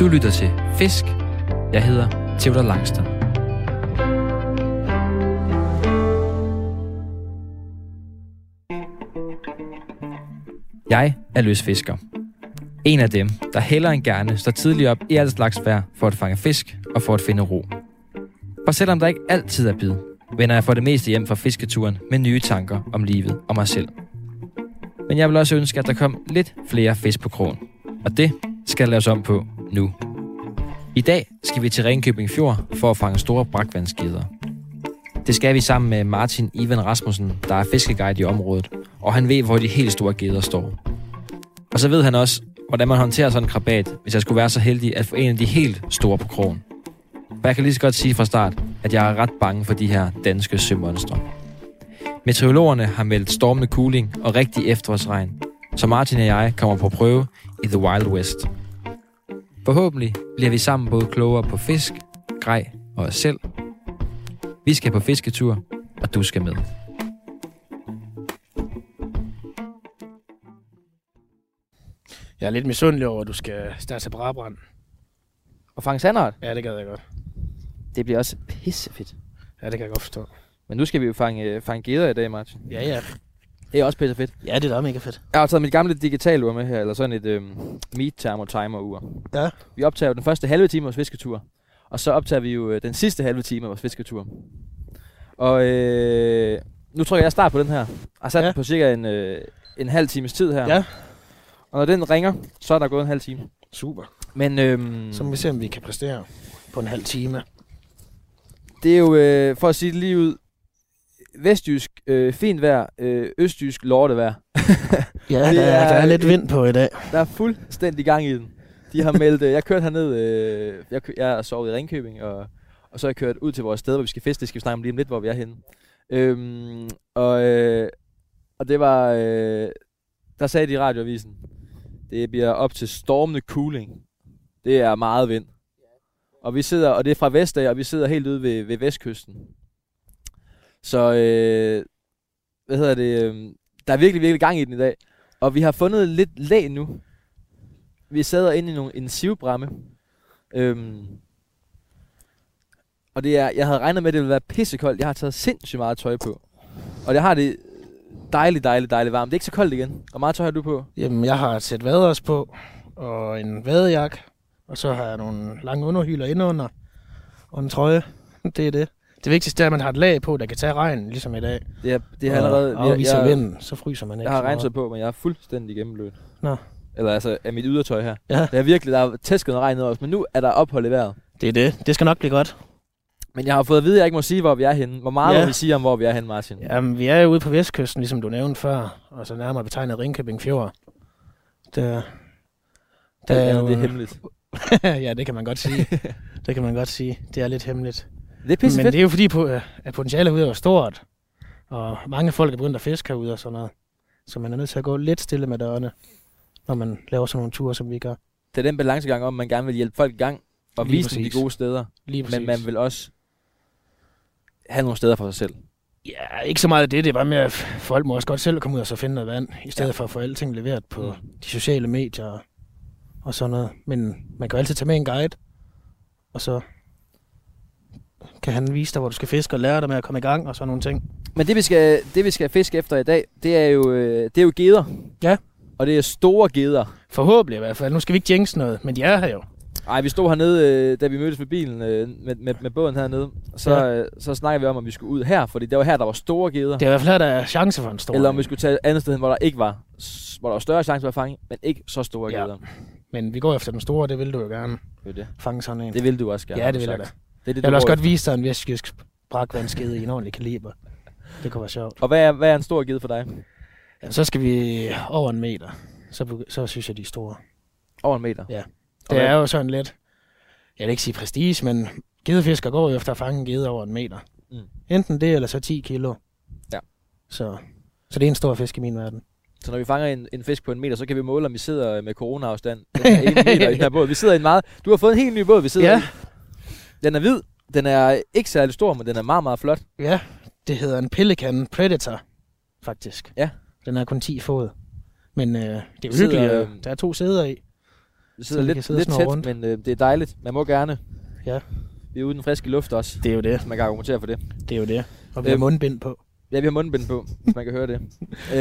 Du lytter til Fisk. Jeg hedder Theodor Langstrøm. Jeg er lystfisker. En af dem, der hellere end gerne står tidligt op i alt slags vejr for at fange fisk og for at finde ro. For selvom der ikke altid er bid, vender jeg for det meste hjem fra fisketuren med nye tanker om livet og mig selv. Men jeg vil også ønske, at der kom lidt flere fisk på krogen. Og det skal laves om på nu. I dag skal vi til Ringkøbing Fjord for at fange store brakvandsgeder. Det skal vi sammen med Martin Ivan Rasmussen, der er fiskeguide i området, og han ved, hvor de helt store geder står. Og så ved han også, hvordan man håndterer sådan en krabat, hvis jeg skulle være så heldig at få en af de helt store på krogen. For jeg kan lige så godt sige fra start, at jeg er ret bange for de her danske sømonstre. Meteorologerne har meldt stormende kuling og rigtig efterårsregn, så Martin og jeg kommer på prøve i The Wild West. Forhåbentlig bliver vi sammen både klogere på fisk, grej og os selv. Vi skal på fisketur, og du skal med. Jeg er lidt misundelig over, at du skal starte til Brabrand. Og fange sandart? Ja, det gad jeg godt. Det bliver også pissefedt. Ja, det kan jeg godt forstå. Men nu skal vi jo fange geder i dag, Martin. Ja. Det er også pissefedt. Ja, det er da mega fedt. Jeg har taget mit gamle digitalur med her, eller sådan et meat thermotimer-ur. Ja. Vi optager jo den første halve time af vores fisketur, og så optager vi jo den sidste halve time af vores fisketur. Og nu tror jeg start på den her. Jeg har sat den på cirka en halv times tid her. Ja. Og når den ringer, så er der gået en halv time. Super. Men så må vi se, om vi kan præstere på en halv time. Det er jo, for at sige det lige ud, vestjysk fint vejr, østjysk lortevejr. Ja, der er lidt vind på i dag. Der er fuldstændig gang i den. De har meldt, jeg kørte herned, jeg har sovet i Ringkøbing, og så har jeg kørt ud til vores sted, hvor vi skal feste. Det skal vi snakke om lige om lidt, hvor vi er henne. Og det var, der sagde de i radioavisen, det bliver op til stormende kuling. Det er meget vind. Og vi sidder, og det er fra vestdag, og vi sidder helt ude ved vestkysten. Så, der er virkelig, virkelig gang i den i dag. Og vi har fundet lidt læ nu. Vi sidder inde i en sivbræmme. Og det er, jeg havde regnet med, at det ville være pissekoldt. Jeg har taget sindssygt meget tøj på. Og jeg har det dejligt varmt. Det er ikke så koldt igen. Hvor meget tøj har du på? Jamen, jeg har et sæt vaders på, og en vadejakke. Og så har jeg nogle lange underhyler indunder, og en trøje. Det er det. Det vigtigste er, at man har et lag på, der kan tage regn, ligesom i dag. Det er allerede... Afviser vinden, så fryser man ikke. Jeg har regntøj på, men jeg er fuldstændig gennemblødt. Nå. Eller altså af mit ydertøj her. Ja. Det er virkelig, der er tæsket noget regn ned også, men nu er der ophold i vejret. Det er det. Det skal nok blive godt. Men jeg har fået at vide, at jeg ikke må sige, hvor vi er henne. Hvor meget må vi sige om, hvor vi er henne, Martin? Jamen, vi er jo ude på vestkysten, ligesom du nævnte før, og så nærmere betegnet Ringkøbing Fjord. Der er jo... Det er hemmeligt. Ja, det kan man godt sige. Det kan man godt sige. Det er lidt hemmeligt. Det er pissefedt. Men det er jo fordi, at potentialet ude er stort, og mange folk er begyndt at fiske herude og sådan noget. Så man er nødt til at gå lidt stille med dørene, når man laver sådan nogle ture, som vi gør. Det er den balancegang om, man gerne vil hjælpe folk i gang og Lige vise dem de gode steder. Men man vil også have nogle steder for sig selv. Ja, ikke så meget af det. Det er bare med, at folk må også godt selv komme ud og så finde noget vand, i stedet for at få alting leveret på de sociale medier og sådan noget. Men man kan jo altid tage med en guide, og så kan han vise dig, hvor du skal fiske og lære dig med at komme i gang og sådan nogle ting. Men det vi skal fiske efter i dag, det er jo geder. Ja. Og det er store geder. Forhåbentlig i hvert fald. Nu skal vi ikke jinx noget, men de er her jo. Ej, vi stod hernede, da vi mødtes med bilen, med båden hernede. Så snakker vi om vi skulle ud her, fordi det var her, der var store geder. Det er i hvert fald her, der er chance for en stor. Eller om vi skulle tage et andet sted, hvor der ikke var, hvor der var større chance for at fange, men ikke så store geder. Men vi går efter den store, det vil du jo gerne. Det. Fange sådan en. Det vil du også gerne. Ja, det vil jeg da. Jeg vil også godt vise dig en vestjysk brakvandsgede i en ordentlig kaliber. Det kunne være sjovt. Og hvad er en stor gede for dig? Ja, så skal vi over en meter. Så synes jeg, de er store. Over en meter? Ja. Det er jo sådan lidt, jeg vil ikke sige prestige, men gedefisker går jo efter at fange en gede over en meter. Enten det, eller så 10 kilo. Ja. Så det er en stor fisk i min verden. Så når vi fanger en fisk på en meter, så kan vi måle, om vi sidder med corona-afstand. 1 meter i den her båd. Vi sidder i en meget... Du har fået en helt ny båd, vi sidder i. Den er hvid. Den er ikke særlig stor, men den er meget, meget flot. Ja, det hedder en Pelican Predator, faktisk. Ja. Den er kun 10 fod. Men det er hyggeligt. Der er 2 sæder i. Vi sidder vi lidt sidde tæt, rundt. men det er dejligt. Man må gerne. Ja. Vi er ude i den friske luft også. Det er jo det. Så man kan argumentere for det. Det er jo det. Og vi har mundbind på. Ja, vi har mundbind på, hvis man kan høre det.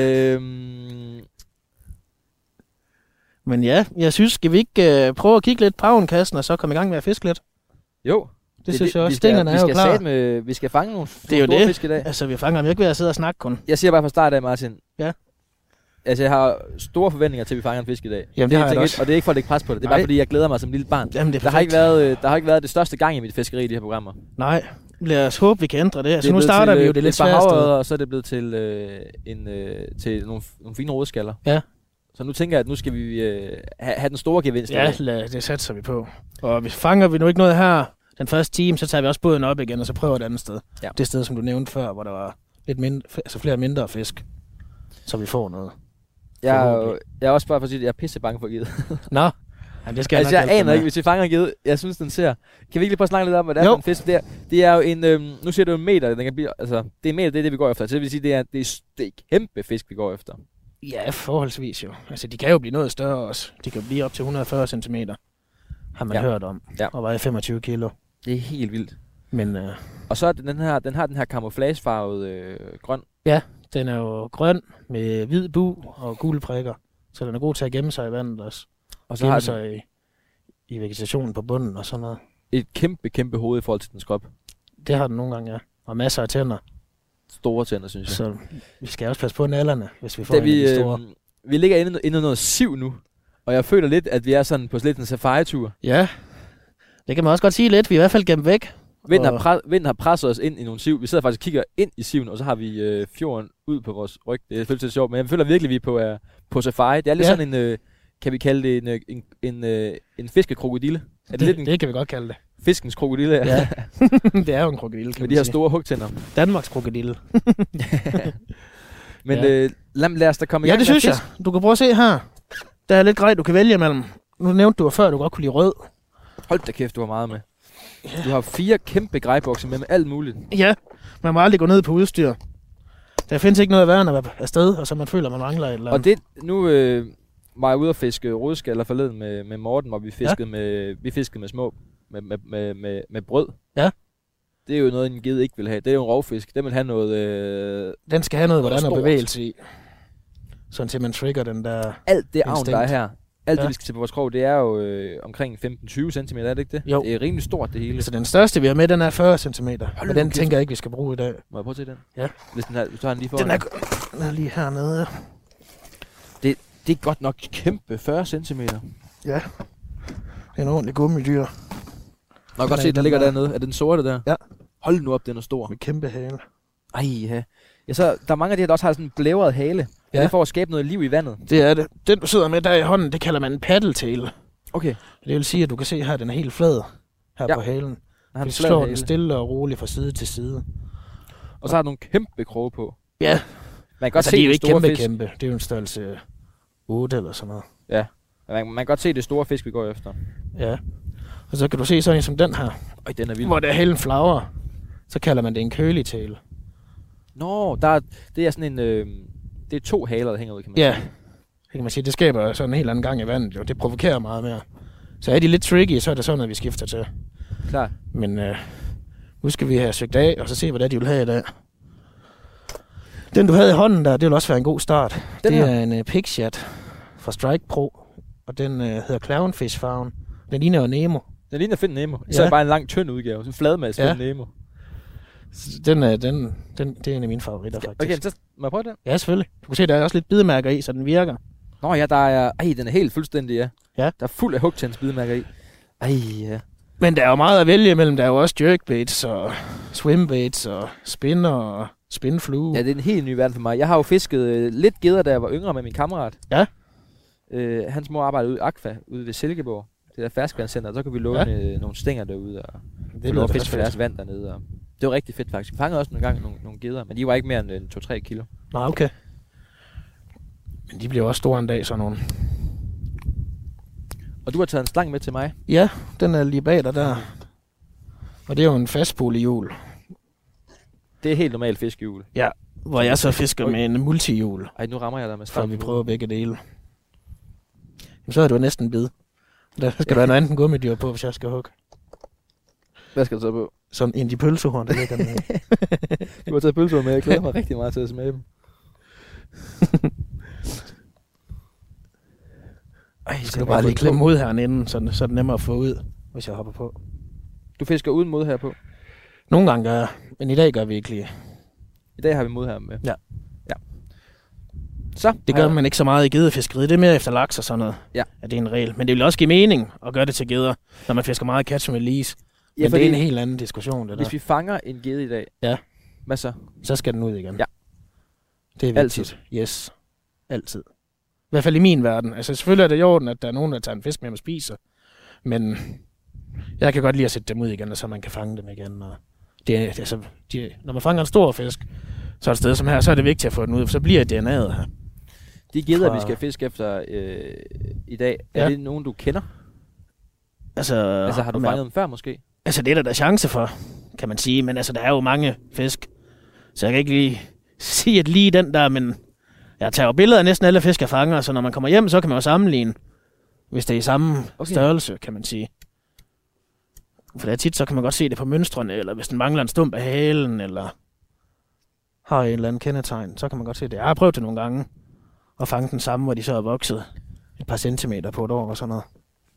Men ja, jeg synes, skal vi ikke prøve at kigge lidt på havnkassen, og så komme i gang med at fiske lidt? Jo. Det synes jeg også. Stængerne er jo klar. Vi skal fange nogle store det. Fisk i dag. Altså, vi fanger dem jo ikke ved at sidde og snakke kun. Jeg siger bare fra start af, Martin. Ja. Altså, jeg har store forventninger til, at vi fanger en fisk i dag. Jamen, det har jeg også. Og det er ikke for at lægge pres på det. Det er bare fordi, jeg glæder mig som lille barn. Jamen, det er der har ikke været det største gang i mit fiskeri i de her programmer. Nej. Lad os håbe, vi kan ændre det. Så nu starter vi jo det lidt svære sted. Og så er det blevet til nogle fine rodskaller. Ja. Så nu tænker jeg, at nu skal vi have den store gevinst. Ja, det satser vi på. Og hvis fanger vi nu ikke noget her den første time, så tager vi også båden op igen, og så prøver et andet sted. Ja. Det sted, som du nævnte før, hvor der var lidt flere mindre fisk, så vi får noget. Jeg er også bare for at sige, at jeg er pisse bange for givet. Nå. Jamen, det skal altså, jeg aner ikke, hvis vi fanger en ged. Jeg synes, den ser... Kan vi ikke lige prøve at snakke lidt om, hvad det er for en fisk? Det er jo en... nu siger du en meter. Den kan blive, altså, det er en meter, det er det, vi går efter. Så det vil sige, det er kæmpe fisk, vi går efter. Ja, forholdsvis jo. Altså, de kan jo blive noget større også. De kan blive op til 140 cm. Har man hørt om. Ja. Og veje 25 kilo. Det er helt vildt. Men... Og så er den har den her camouflagefarvede grøn. Ja, den er jo grøn med hvid bug og gule prikker. Så den er god til at gemme sig i vandet også. Og så har sig i vegetationen på bunden og sådan noget. Et kæmpe hoved i forhold til dens krop. Det har den nogle gange, ja. Og masser af tænder. Store tænder, synes jeg. Så vi skal også passe på nallerne, hvis vi får en af de store. Vi ligger inde i noget siv nu. Og jeg føler lidt, at vi er sådan på lidt en safari-tur. Ja, det kan man også godt sige lidt. Vi er i hvert fald gemt væk. Vinden har presset os ind i nogle siv. Vi sidder faktisk og kigger ind i siven, og så har vi fjorden ud på vores ryg. Det er selvfølgelig lidt sjovt, men jeg føler virkelig, at vi er på safari. Det er lidt sådan en... Kan vi kalde det en fiskekrokodille? Det kan vi godt kalde det. Fiskens krokodille, ja. Det er jo en krokodille, kan med de her store hugtænder. Danmarks krokodille. Men lad os da komme i gang. Ja, det synes jeg. Du kan prøve at se her. Der er lidt grej, du kan vælge imellem. Nu nævnte du før, du godt kunne lide rød. Hold da kæft, du har meget med. Ja. Du har 4 kæmpe grejbokse med alt muligt. Ja, man må aldrig gå ned på udstyr. Der findes ikke noget værre end at være afsted, og så man føler, man mangler et eller andet. Og nu var jeg ude at fiske rodskaller forleden med Morten, hvor vi fiskede med små, med brød. Ja. Det er jo noget, en ged ikke vil have. Det er jo en rovfisk. Den vil have noget... den skal have noget, hvordan der bevægelse i. Sådan til man trigger den der... Alt det avn, der er her. Alt det, vi skal til på vores krog, det er jo omkring 15-20 cm, er det ikke det? Jo. Det er rimelig stort, det hele. Så den største, vi har med, den er 40 cm. Men den tænker jeg ikke, vi skal bruge i dag. Må jeg prøve at se den? Ja. Hvis du har den lige foran. Den er lige hernede. Det er godt nok kæmpe 40 cm. Ja. Det er en ordentlig gummidyr. Nå, godt se, den ligger dernede. Er den sorte der? Ja. Hold nu op, den er stor. Med kæmpe hale. Ej, ja. Ja, så der er mange af de her, der også har sådan en blævret hale. Ja. Det er for at skabe noget liv i vandet. Det er det. Den, du sidder med der i hånden, det kalder man en paddletail. Okay. Det vil sige, at du kan se her, den er helt flad her på halen. Vi slår den stille og roligt fra side til side. Og så har den nogle kæmpe kroge på. Ja. Man kan godt se det er jo ikke kæmpe. Det er jo en størrelse 8 eller sådan noget. Ja. Man kan godt se det store fisk, vi går efter. Ja. Og så kan du se sådan en som den her. Øj, den er vild. Hvor der er halen flagrer. Så kalder man det en curly-tail. Nå, det er sådan en... det er 2 haler, der hænger ud, kan man sige. Ja, det kan man sige. Det skaber sådan en helt anden gang i vandet, jo. Det provokerer meget mere. Så er de lidt tricky, så er det sådan noget, vi skifter til. Klar. Men nu skal vi have søgt af, og så se, hvad det er, de vil have i dag. Den, du havde i hånden der, det vil også være en god start. Det er en Pigshot fra Strike Pro, og den hedder Clownfish Farm. Den ligner jo Nemo. Den ligner Find Nemo. Så er bare en lang, tynd udgave. Sådan en fladmasse Find Nemo. Det er en af mine favoritter, faktisk. Okay, så må jeg prøve den? Ja, selvfølgelig. Du kan se, der er også lidt bidemærker i, så den virker. Nå ja, der er... den er helt fuldstændig, ja. Ja. Der er fuld af hugtænds bidemærker i. Ja. Men der er jo meget at vælge imellem. Der er jo også jerkbaits og swimbaits og spinner og spinflue. Ja, det er en helt ny verden for mig. Jeg har jo fisket lidt gedder, da jeg var yngre med min kammerat. Ja. Hans mor arbejdede ude i Aqua, ude ved Silkeborg. Det der ferskvandscenter, så kan vi låne nogle stænger derude og fiske deres vand dernede. Og det var rigtig fedt faktisk. Vi fangede også nogle gedder, men de var ikke mere end 2-3 kilo. Nej, okay. Men de bliver også store en dag, sådan nogle. Og du har taget en stang med til mig? Ja, den er lige bag dig der. Og det er jo en fastpolehjul. Det er helt normalt fiskehjul? Ja, hvor jeg så fisker med en multihjul. Ej, nu rammer jeg dig med stangen. For vi prøver begge dele. Jamen, så er du næsten bid. Der skal der noget andet gummidyr på, hvis jeg skal hugge. Hvad skal du så på? Sådan en de pølsehorn, der ligger nede. Du har taget pølsehorn med, jeg glæder mig rigtig meget til at smage dem. Ej, skal du bare lige klemme ud herinde, så er det nemmere at få ud, hvis jeg hopper på. Du fisker uden mod her på? Nogle gange gør jeg, men i dag gør vi ikke lige. I dag har vi mod her med. Ja. Så det gør man ikke så meget i gedefiskeriet. Det er mere efter laks og sådan noget. Ja. At det er en regel. Men det vil også give mening at gøre det til geder, når man fisker meget catch med lease. Ja, men det er en helt anden diskussion, det der. Hvis vi fanger en gede i dag, ja. Hvad så? Så skal den ud igen. Ja. Det er vigtigt. Altid. Yes. Altid. I hvert fald i min verden. Altså selvfølgelig er det i orden, at der er nogen, der tager en fisk med og spiser. Men jeg kan godt lide at sætte dem ud igen, så man kan fange dem igen. Og når man fanger en stor fisk, så er et sted som her, så er det vigtigt at få den ud, for så bliver DNA'et her. De geder, vi skal fiske efter i dag, er det nogen, du kender? Altså har du fanget dem før måske? Altså det er der chance for, kan man sige. Men altså, der er jo mange fisk. Så jeg kan ikke lige sige, at lige den der, men jeg tager jo billeder af næsten alle fisk, jeg fanger. Så når man kommer hjem, så kan man jo sammenligne, hvis det er i samme størrelse, kan man sige. For det er tit, så kan man godt se det på mønstrene, eller hvis den mangler en stump af halen, eller har en eller anden kendetegn, så kan man godt se det. Jeg har prøvet det nogle gange, at fange den samme, hvor de så er vokset et par centimeter på et år og sådan noget.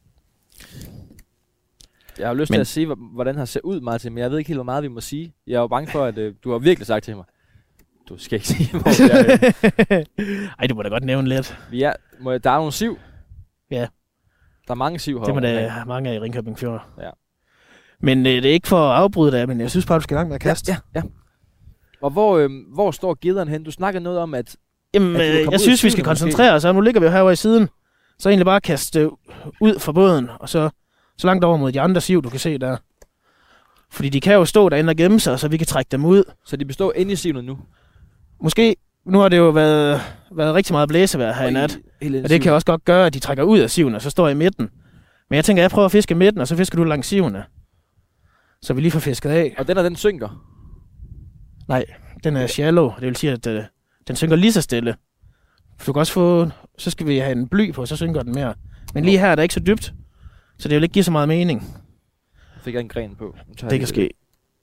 Jeg har lyst til at sige, hvordan han ser ud, Martin, men jeg ved ikke helt, hvor meget vi må sige. Jeg er jo bange for, at du har virkelig sagt til mig, du skal ikke sige, hvor vi er. Ej, du må da godt nævne lidt. Der er nogle siv. Ja. Der er mange siv herovre. Det må der mange af i Ringkøbing Fjord. Ja. Men det er ikke for at afbryde det, men jeg synes bare, du skal i gang med at kaste. Ja. Og hvor står gederen hen? Du snakker noget om, at... Jamen, jeg synes, vi skal koncentrere os. Nu ligger vi jo herovre i siden. Så egentlig bare kaste ud fra båden, og så langt over mod de andre siv, du kan se der. Fordi de kan jo stå derinde og gemme sig, så vi kan trække dem ud. Så de består inde i sivene nu? Måske. Nu har det jo været rigtig meget blæsevejr her i nat. Og det kan også godt gøre, at de trækker ud af sivene, og så står jeg i midten. Men jeg tænker, at jeg prøver at fiske i midten, og så fisker du langs sivene. Så vi lige får fisket af. Og den synker? Nej, den er shallow. Det vil sige, at den synker lige så stille. For du kan også få... Så skal vi have en bly på, så synker den mere. Men lige her er det ikke så dybt. Så det vil ikke give så meget mening. Fik jeg en gren på. Det kan ske.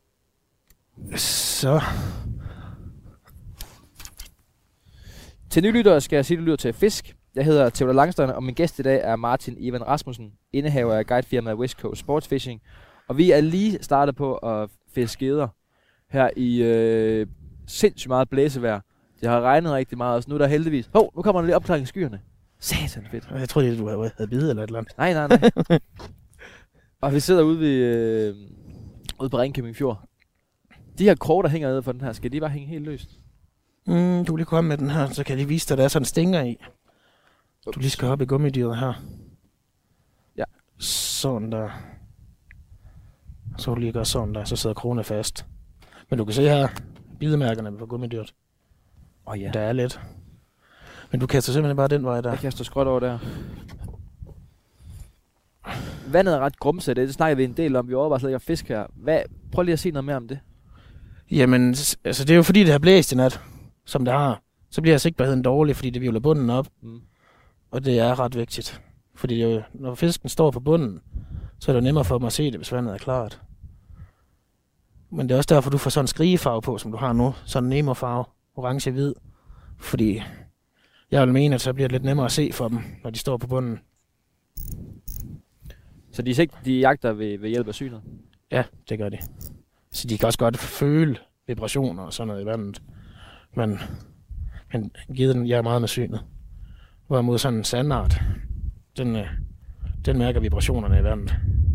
Så... Til nylyttere skal jeg sige, at du lytter til Fisk. Jeg hedder Theodor Langstøjne, og min gæst i dag er Martin Ivan Rasmussen, indehaver af guidefirmaet West Coast Sports Fishing. Og vi er lige startet på at fiske geder her i sindssygt meget blæsevejr. Det har regnet rigtig meget, og nu er der heldigvis... nu kommer der lidt opklaring i skyerne. Satan fedt. Jeg troede, du havde bidet eller et eller andet. Nej. Og vi sidder ude på Ringkøbing Fjord. De her kroge, der hænger nede for den her, skal de bare hænge helt løst? Du kan lige komme med den her, så kan jeg lige vise dig, der er sådan en stinger i. Du lige skal op i gummidyret her. Ja. Sådan der. Så lige gøre sådan der, så sidder kronen fast. Men du kan se her, bidemærkerne på gummidyret. Ja. Der er lidt. Men du kaster simpelthen bare den vej der. Jeg kaster skråt over der. Vandet er ret grumset, det snakker vi en del om. Vi overvejer slet ikke at fiske her. Prøv lige at sige noget mere om det. Jamen, altså det er jo fordi, det har blæst i nat, som det har. Så bliver sigtbarheden dårlig, fordi det vivler bunden op. Og det er ret vigtigt. Fordi det jo, når fisken står på bunden, så er det nemmere for dem at se det, hvis vandet er klart. Men det er også derfor, du får sådan en skrigefarve på, som du har nu. Sådan en Nemo-farve, orange-hvid. Fordi jeg vil mene, at så bliver det lidt nemmere at se for dem, når de står på bunden. Så de jagter ved hjælp af synet? Ja, det gør de. Så de kan også godt føle vibrationer og sådan noget i vandet. Men geden jeg er meget med synet. Hvorimod sådan en sandart, den mærker vibrationerne i vandet.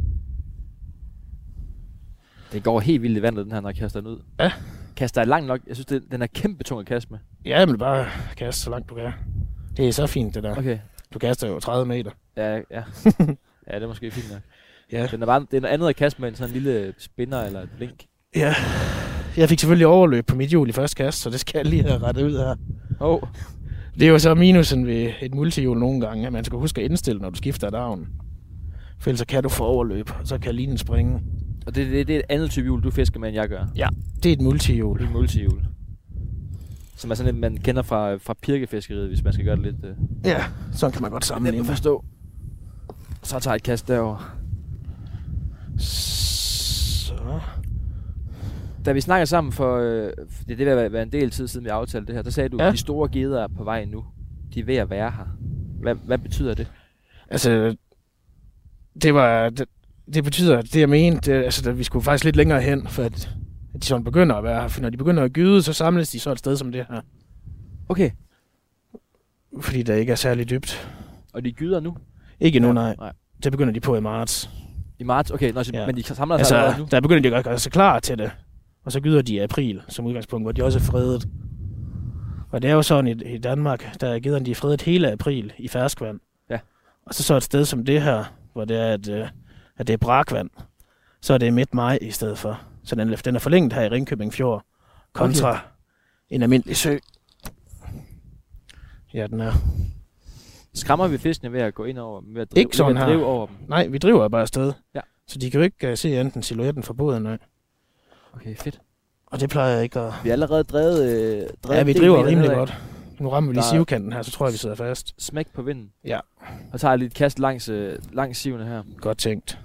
Det går helt vildt i vandet, den her, når jeg kaster den ud. Ja. Kaster jeg langt nok? Jeg synes, den er kæmpe tung at kaste med. Ja, men bare kaste så langt du kan. Det er så fint, det der. Okay. Du kaster jo 30 meter. Ja. Ja, det er måske fint nok. Ja. Det er noget andet at kaste med en sådan en lille spinner eller et blink. Ja. Jeg fik selvfølgelig overløb på mit hjul i første kast, så det skal jeg lige have rettet ud her. Det er jo så minusen ved et multihjul nogle gange, at man skal huske at indstille, når du skifter et arven. For ellers så kan du få overløb, og så kan linen springe. Og det er et andet type hjul, du fisker med, end jeg gør? Ja, det er et multihjul. Et multihjul. Som er sådan et, man kender fra pirkefiskeriet, hvis man skal gøre det lidt... Ja, sådan kan man godt sammenligne. Det forstå. Så tager jeg et kast derover. Så. Da vi snakker sammen for det vil være en del tid siden vi aftalte det her, der sagde du, at de store geder er på vej nu. De er ved at være her. Hvad betyder det? Altså, det betyder, det jeg mente, at vi skulle faktisk lidt længere hen, for at de sådan begynder at være her. For når de begynder at gyde, så samles de så et sted som det her. Okay. Fordi der ikke er særlig dybt. Og de gyder nu? Ikke endnu, nej. Det begynder de på i marts. I marts? Okay, men de samler sig allerede nu? Der begynder de at gøre sig klar til det. Og så gyder de i april, som udgangspunkt, hvor de også er fredet. Og det er jo sådan i Danmark, der er gederne, de er fredet hele april i ferskvand. Ja. Og så et sted som det her, hvor det er, at det er brakvand, så er det midt maj i stedet for. Så den er forlænget her i Ringkøbing Fjord, kontra en almindelig sø. Ja, den er. Skræmmer vi fiskene ved at gå ind over dem? Ved at drive over dem? Nej, vi driver bare afsted. Ja. Så de kan jo ikke se enten silhuetten fra båden, nej. Okay, fedt. Og det plejer jeg ikke at... Vi er allerede drevet ja, vi driver rimelig godt. Nu rammer vi lige sivkanten her, så tror jeg, vi sidder fast. Smæk på vinden. Ja. Og tager lige et kast langs sivene her. Godt tænkt.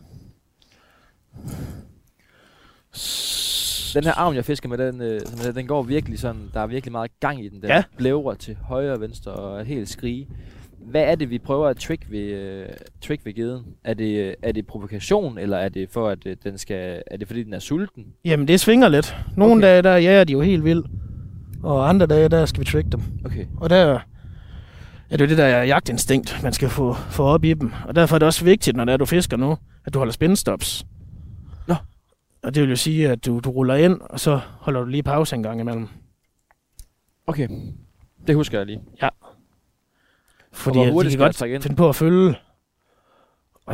Den her arm, jeg fisker med, den går virkelig sådan, der er virkelig meget gang i den. Der blævrer til højre og venstre og er helt skrige. Hvad er det, vi prøver at trick ved geden? Er det provokation, eller er det for, at er det fordi, den er sulten? Jamen, det svinger lidt. Nogle dage, der jager de jo helt vildt. Og andre dage, der skal vi trick dem. Okay. Og der er det jo det der jagtinstinkt, man skal få op i dem. Og derfor er det også vigtigt, når du fisker nu, at du holder spændestops. Nå. Og det vil jo sige, at du ruller ind, og så holder du lige pause en gang imellem. Okay. Det husker jeg lige. Ja. Fordi de kan godt finde på at følge. Og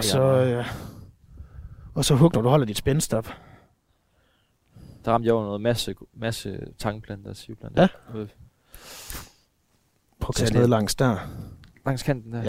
så hugger du holder dit spændstop. Der ramte jeg over noget masse tangplanter og sivplanter. Ja. Prøv at kaste ned langs der. Langs kanten der? Ja.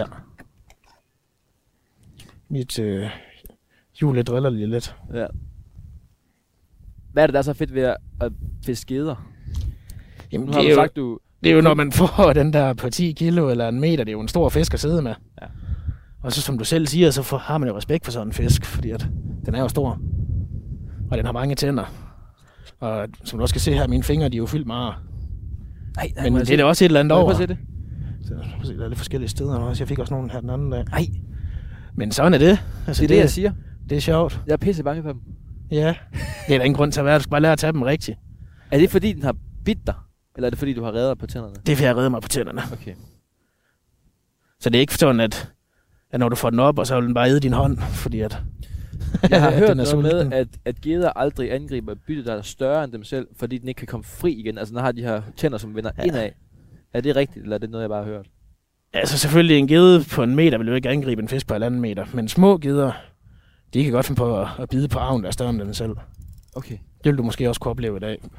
Mit hjul driller lige lidt. Ja. Hvad er det, der er så fedt ved at fiske geder? Jamen, det er jo, når man får den der på 10 kilo eller en meter, det er jo en stor fisk at sidde med. Ja. Og så som du selv siger, så har man jo respekt for sådan en fisk, fordi at den er jo stor. Og den har mange tænder. Og som du også kan se her, mine fingre, de er jo fyldt med ar. Nej, men det er da også et eller andet over. Prøv at se det. Så, der er lidt forskellige steder også. Jeg fik også nogen her den anden dag. Nej. Men sådan er det. Altså, det er det, jeg siger. Det er sjovt. Jeg er pisse bange for dem. Ja. Det er der ingen grund til at være. Du skal bare lære at tage dem rigtigt. Er det fordi, den har bidt dig? Eller er det fordi, du har reddet på tænderne? Det er fordi, jeg redder mig på tænderne. Okay. Så det er ikke sådan, at når du får den op, og så vil den bare æde din hånd, fordi at... Jeg har hørt noget med, at geder aldrig angriber et bytte, der er større end dem selv, fordi den ikke kan komme fri igen. Altså, den har de her tænder, som vender indad. Er det rigtigt, eller er det noget, jeg bare har hørt? Altså, selvfølgelig en gede på en meter vil jo ikke angribe en fisk på 1,5 meter. Men små geder, de kan godt finde på at bide på arven, der er større end den selv. Okay. Det vil du måske også kunne opleve i dag.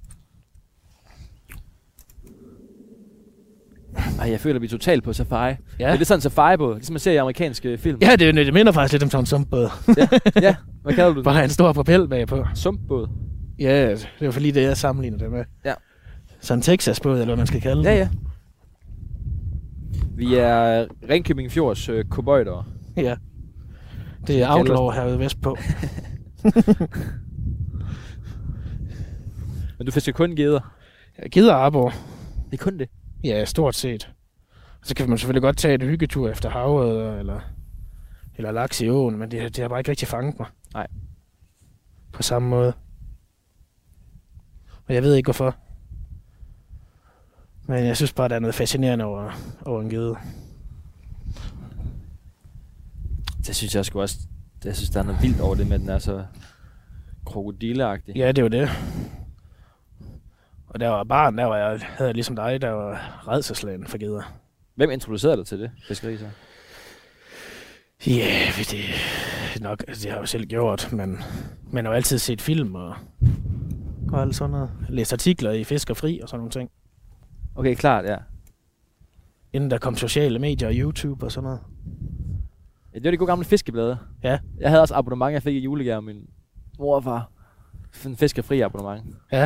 Ej, jeg føler, vi er totalt på safari. Ja. Det er sådan en safari-båd, ligesom man ser i amerikanske film. Ja, det minder faktisk lidt om sådan en sumpbåd. Ja. Hvad kalder du det? Bare en stor propel bagpå. Sumpbåd? Ja, det er jo fordi, det jeg sammenligner det med. Ja. Sådan en Texas-båd, eller hvad man skal kalde det. Ja. Vi er Ringkøbing Fjords cowboyder. Ja. Det er outlaw herude vestpå. Men du fisker kun geder? Ja, geder og arbor. Det er kun det? Ja, stort set. Så kan man selvfølgelig godt tage en hyggetur efter havet, eller laks i åen, men det har bare ikke rigtig fanget mig. Nej. På samme måde. Og jeg ved ikke hvorfor. Men jeg synes bare, der er noget fascinerende over en gede. Det synes jeg sgu også. Jeg synes, der er noget vildt over det, med den er så krokodilleagtig. Ja, det er jo det. Og der var barn, havde jeg ligesom dig, der var rædselsslagen for geder. Hvem introducerede dig til det, fiskeri så? Ja, det har jeg jo selv gjort, men man har jo altid set film og alt sådan noget. Læst artikler i Fisk og Fri og sådan nogle ting. Okay, klart, ja. Inden der kom sociale medier og YouTube og sådan noget. Ja, det var de gode gamle fiskeblade. Ja. Jeg havde også abonnement, jeg fik i julegave af min mor og far. En Fisk og Fri abonnement. Ja.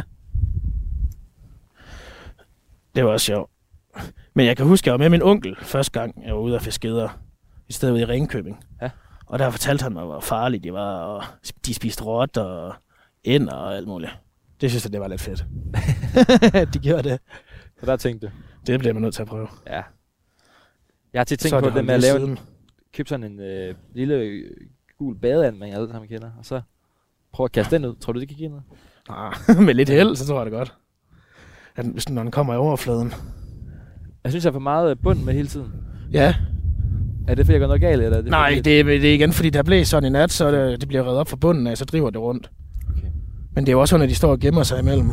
Det var også sjovt. Men jeg kan huske, at jeg var med min onkel første gang, jeg var ude at fiske geder. I stedet i Ringkøbing. Ja. Og der fortalte han mig, hvor farlige de var, og de spiste rotter og ænder og alt muligt. Det synes jeg, det var lidt fedt. De gjorde det. Så der tænkte du? Det bliver man nødt til at prøve. Ja. Jeg har tit tænkt på det med at købe sådan en lille gul badeand, man alle sammen kender, og så prøve at kaste den ud. Tror du, det kan give noget? Med lidt held, så tror jeg det godt. At når den kommer i overfladen. Jeg synes, jeg er for meget bund med hele tiden. Ja. Er det fordi, jeg gør noget galt? Eller Nej, det er igen, fordi der blæser sådan i nat, så det bliver reddet op fra bunden af, så driver det rundt. Okay. Men det er jo også sådan, at de står og gemmer sig imellem.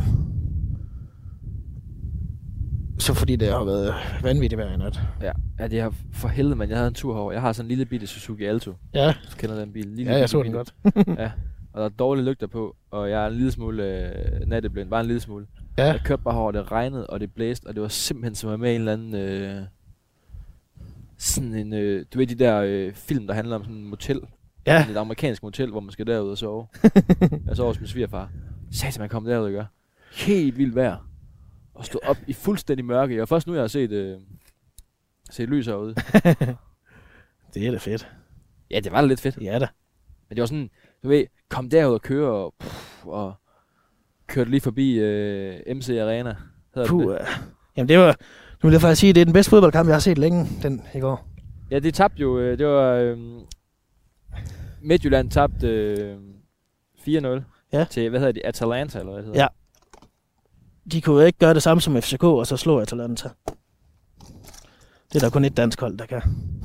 Så fordi det har været vanvittigt hver nat. Ja, det har for helvede, men jeg havde en tur herovre. Jeg har sådan en lille bitte Suzuki Alto. Ja. Du kender den bil? Ja, jeg så den godt. Ja, og der er dårlige lygter på, og jeg er en lille smule natteblind. Bare en lille smule. Ja. Jeg kørte bare herover, det regnede, og det blæste, og det var simpelthen som at med en eller anden... sådan en... du ved de der film, der handler om sådan en motel. Ja. Et amerikansk motel, hvor man skal derud og sove. Jeg sov hos min svigerfar. Satan, man kom derud og gør. Helt vildt vejr. Og stod op i fuldstændig mørke. Og først nu, jeg har set lys herude. Det er da fedt. Ja, det var da lidt fedt. Ja da. Men det var sådan, du ved, kom derud og køre og kørte lige forbi MC Arena. Jamen det var, nu vil jeg faktisk sige, det er den bedste fodboldkamp, jeg har set længe, den i går. Ja, det tabte jo, det var Midtjylland tabte 4-0 til, hvad hedder det, Atalanta, eller hvad det hedder. Ja. De kunne jo ikke gøre det samme som FCK, og så slå Atalanta. Det er der kun et dansk hold, der kan.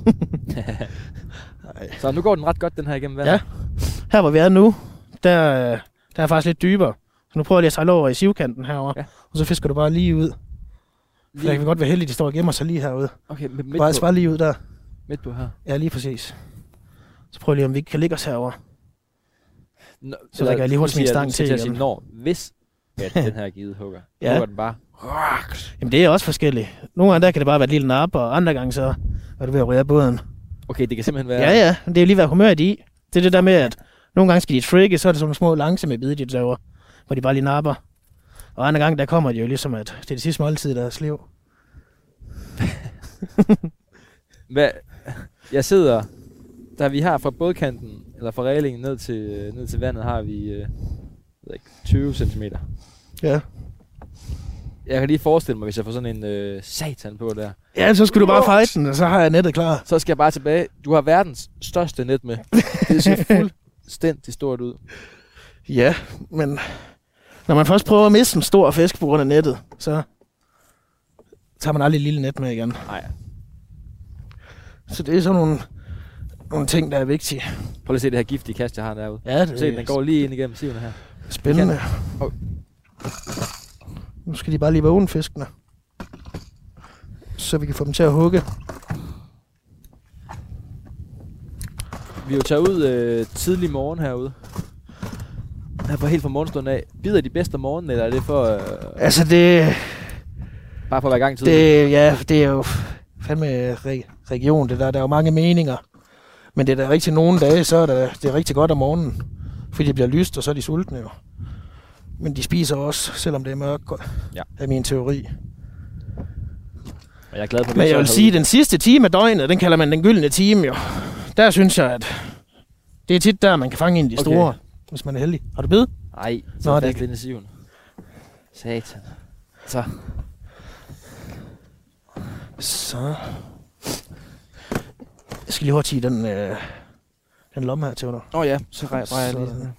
Så nu går den ret godt, den her igennem vandet. Ja. Her hvor vi er nu, der er faktisk lidt dybere. Så nu prøver jeg lige at sejle over i sivkanten herovre, og så fisker du bare lige ud. For der kan vi godt være heldige, de står og gemmer sig lige herude. Okay, bare lige ud der. Midt på her? Ja, lige præcis. Så prøver jeg lige, om vi kan ligge os herovre. Så der kan jeg lige hurtigt min stang til igen. Hvis den her givet hugger. Hugger den bare. Jamen det er også forskelligt. Nogle gange der kan det bare være et lille nap, og andre gange så er du ved at ryge af båden. Okay, det kan simpelthen være... Ja, det er jo lige hvad humøret i. Det er det der med, at nogle gange skal de trigge, så er det sådan nogle små langsomme bide, de laver, hvor de bare lige napper. Og andre gange, der kommer de jo ligesom, at det er det sidste måltid, der er sliv. Hvad? Jeg sidder... Der vi har fra bådkanten, eller fra reglingen ned til vandet, har vi 20 cm. Ja. Jeg kan lige forestille mig, hvis jeg får sådan en satan på der. Ja, så skulle du bare fight den, og så har jeg nettet klar. Så skal jeg bare tilbage. Du har verdens største net med. Det ser fuldstændig stort ud. Ja, men når man først prøver at miste en stor fisk på grund af nettet, så tager man aldrig et lille net med igen. Nej. Så det er sådan nogle ting, der er vigtige. Prøv lige at se det her giftige kast, jeg har derude. Ja, det se, den går lige ind igennem sivene her. Spændende. Nu skal de bare lige være uden fiskene, så vi kan få dem til at hugge. Vi jo tager ud tidlig morgen herude. Her helt fra morgenstunden af. Bider de bedst om morgenen, eller er det for... Altså det... Bare for at være i gang tidligt? Det er jo fandme region, det der. Der er jo mange meninger. Men det er da rigtig nogle dage, så er det er rigtig godt om morgenen. Fordi det bliver lyst, og så er de sultne jo. Men de spiser også, selvom det er mørkt, er min teori. Og jeg er glad for, men jeg vil sige, at den sidste time af døgnet, den kalder man den gyldne time jo. Der synes jeg, at det er tit der, man kan fange en af de store, hvis man er heldig. Har du bid? Nej, så er det ikke. Satan. Så. Jeg skal lige hurtigt den lomme her til dig. Ja, så drejer jeg lige sådan.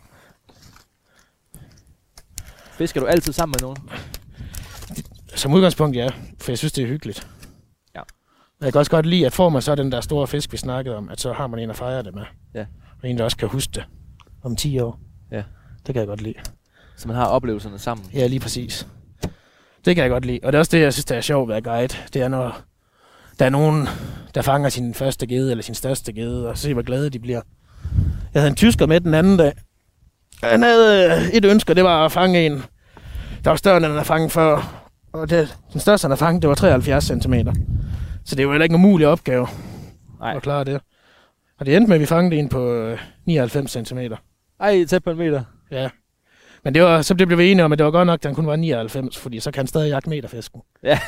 Fisker du altid sammen med nogen? Som udgangspunkt, ja. For jeg synes, det er hyggeligt. Ja. Jeg kan også godt lide, at får man så den der store fisk, vi snakkede om, at så har man en at fejre det med. Ja. Og en, der også kan huske det om 10 år. Ja. Det kan jeg godt lide. Så man har oplevelserne sammen? Ja, lige præcis. Det kan jeg godt lide. Og det er også det, jeg synes, der er sjovt ved at guide. Det er, når der er nogen, der fanger sin første gede eller sin største gede, og se, hvor glade de bliver. Jeg havde en tysker med den anden dag. Han havde et ønske, det var at fange en, der var større, end han havde fanget før. Og den største, han havde fanget, det var 73 cm. Så det var heller ikke en umulig opgave at klare det. Og det endte med, at vi fangede en på 99 cm. Ej, tæt på en meter. Ja. Men det var, så blev vi enige om, at det var godt nok, at han kun var 99, fordi så kan han stadig jagte meterfisken. Ja.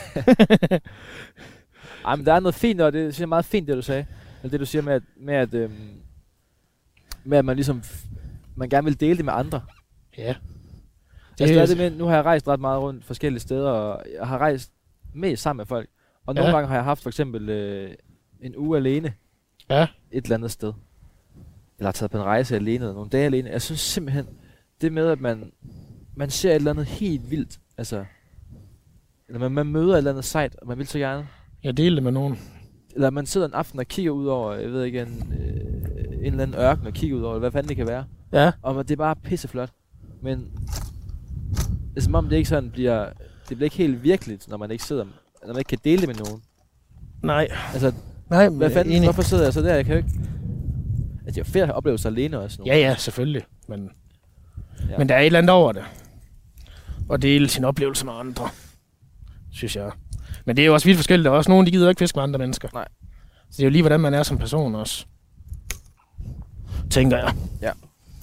Ej, men der er noget fint, og det synes jeg er meget fint, det du sagde. Eller det du siger med at med at man ligesom, man gerne vil dele det med andre. Ja. Altså, det er det med, nu har jeg rejst ret meget rundt forskellige steder, og jeg har rejst mest sammen med folk. Og nogle gange har jeg haft for eksempel en uge alene. Ja. Et eller andet sted. Eller har taget på en rejse alene, eller nogle dage alene. Jeg synes simpelthen, det med, at man ser et eller andet helt vildt. Altså, eller man møder et eller andet sejt, og man vil så gerne. Jeg deler det med nogen. Eller man sidder en aften og kigger ud over, jeg ved ikke, en eller anden ørken og kigger ud over, hvad fanden det kan være. Ja. Og det er bare pisseflot. Men det er som om det ikke sådan bliver, det bliver ikke helt virkeligt, når man ikke sidder, når man ikke kan dele det med nogen. Nej. Altså, nej, hvad fanden, hvorfor sidder jeg så der? Jeg kan jo ikke. Altså, det er jo fedt at opleve sig alene også nu. Ja, selvfølgelig. Men der er et eller andet over det. Og dele sin oplevelse med andre, synes jeg. Men det er jo også vidt forskelligt. Der er også nogen, de gider ikke fiske med andre mennesker. Nej. Så det er jo lige, hvordan man er som person også. Tænker jeg. Ja.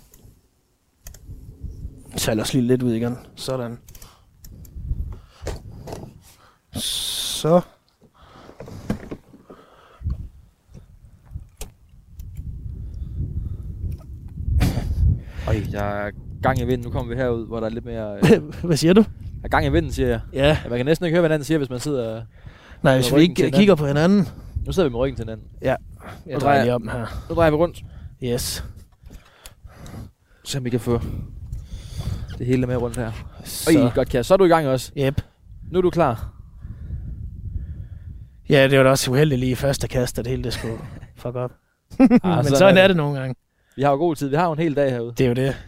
Så lad os lige lidt ud igen. Sådan. Så. Jeg er gang i vinden. Nu kommer vi herud, hvor der er lidt mere. Hvad siger du? Jeg er gang i vinden, siger jeg. Ja. Man kan næsten ikke høre, hvad hinanden siger, hvis man sidder. Nej, hvis vi ikke kigger på hinanden. Nu sidder vi med ryggen til hinanden. Ja. Jeg drejer lige om her. Nu drejer vi rundt. Yes. Så vi kan få det hele med rundt her. Så. Oj, godt kære. Så er du i gang også. Yep. Nu er du klar. Ja, det var da også uheldigt lige i første kast, at det hele det skulle fuck op. Men sådan er det nogle gange. Vi har jo god tid. Vi har jo en hel dag herude. Det er jo det.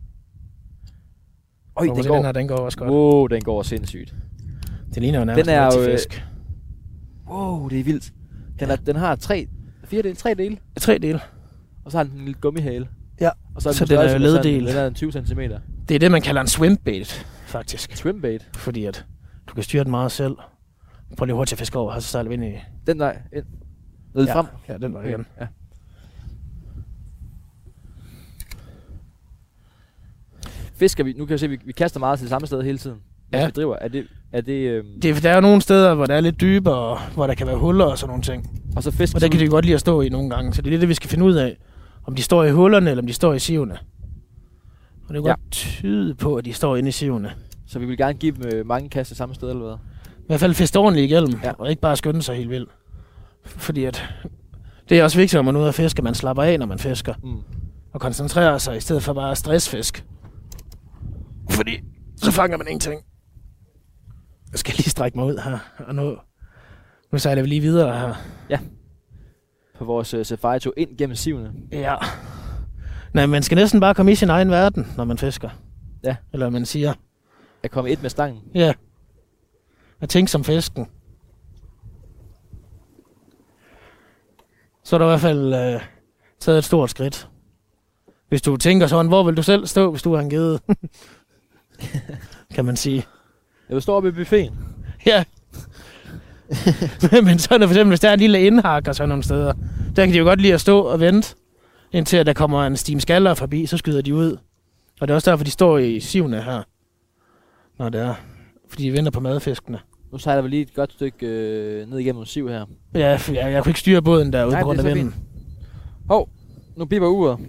Oj, den går også godt. Wow, den går sindssygt. Det ligner jo nærmest en fisk. Wow, det er vildt. Den har 3 dele. 3 dele. Og så har den en lille gummihale. Ja, og så den er jo leddel. Den er en 20 cm. Det er det, man kalder en swimbait, faktisk. Swimbait? Fordi at du kan styre den meget selv. Prøv lige hurtigt at fiske over, og så sejler vi ind i. Den vej ind. Ned frem. Ja, den var igen. Ja. Fisker vi, nu kan jeg se, at vi kaster meget til det samme sted hele tiden. Hvis vi driver, der er jo nogle steder, hvor der er lidt dybere, hvor der kan være huller og sådan nogle ting. Og så fisker. Og der kan de godt lide at stå i nogle gange. Så det er det, vi skal finde ud af. Om de står i hullerne, eller om de står i sivene. Og det kan godt tyde på, at de står inde i sivene. Så vi vil gerne give dem mange kast samme sted, eller hvad? I hvert fald fiske ordentligt igennem, og ikke bare skynde sig helt vildt. Fordi at det er også vigtigt, at man er ude at fiske, man slapper af, når man fisker. Og koncentrerer sig, i stedet for bare stressfisk. Fordi så fanger man ingenting. Jeg skal lige strække mig ud her, og nu sejler vi lige videre her. Ja. På vores safari-tur ind gennem sivene. Ja. Nej, man skal næsten bare komme i sin egen verden, når man fisker. Ja. Eller man siger. At komme et med stangen. Ja. At tænke som fisken. Så er der i hvert fald taget et stort skridt. Hvis du tænker sådan, hvor vil du selv stå, hvis du har en gede? Kan man sige. Jeg vil stå oppe i buffeten. Ja. Men så er der for eksempel, hvis der er en lille indhak og sådan nogle steder, der kan de jo godt lide at stå og vente, indtil at der kommer en stime skaller forbi, så skyder de ud. Og det er også derfor, de står i sivene her, når det er. Fordi de venter på madfiskene. Nu sejler vi lige et godt stykke ned igennem nogle siv her. Ja, jeg kunne ikke styre båden derude på grund af vinden. Hov, nu bipper uret.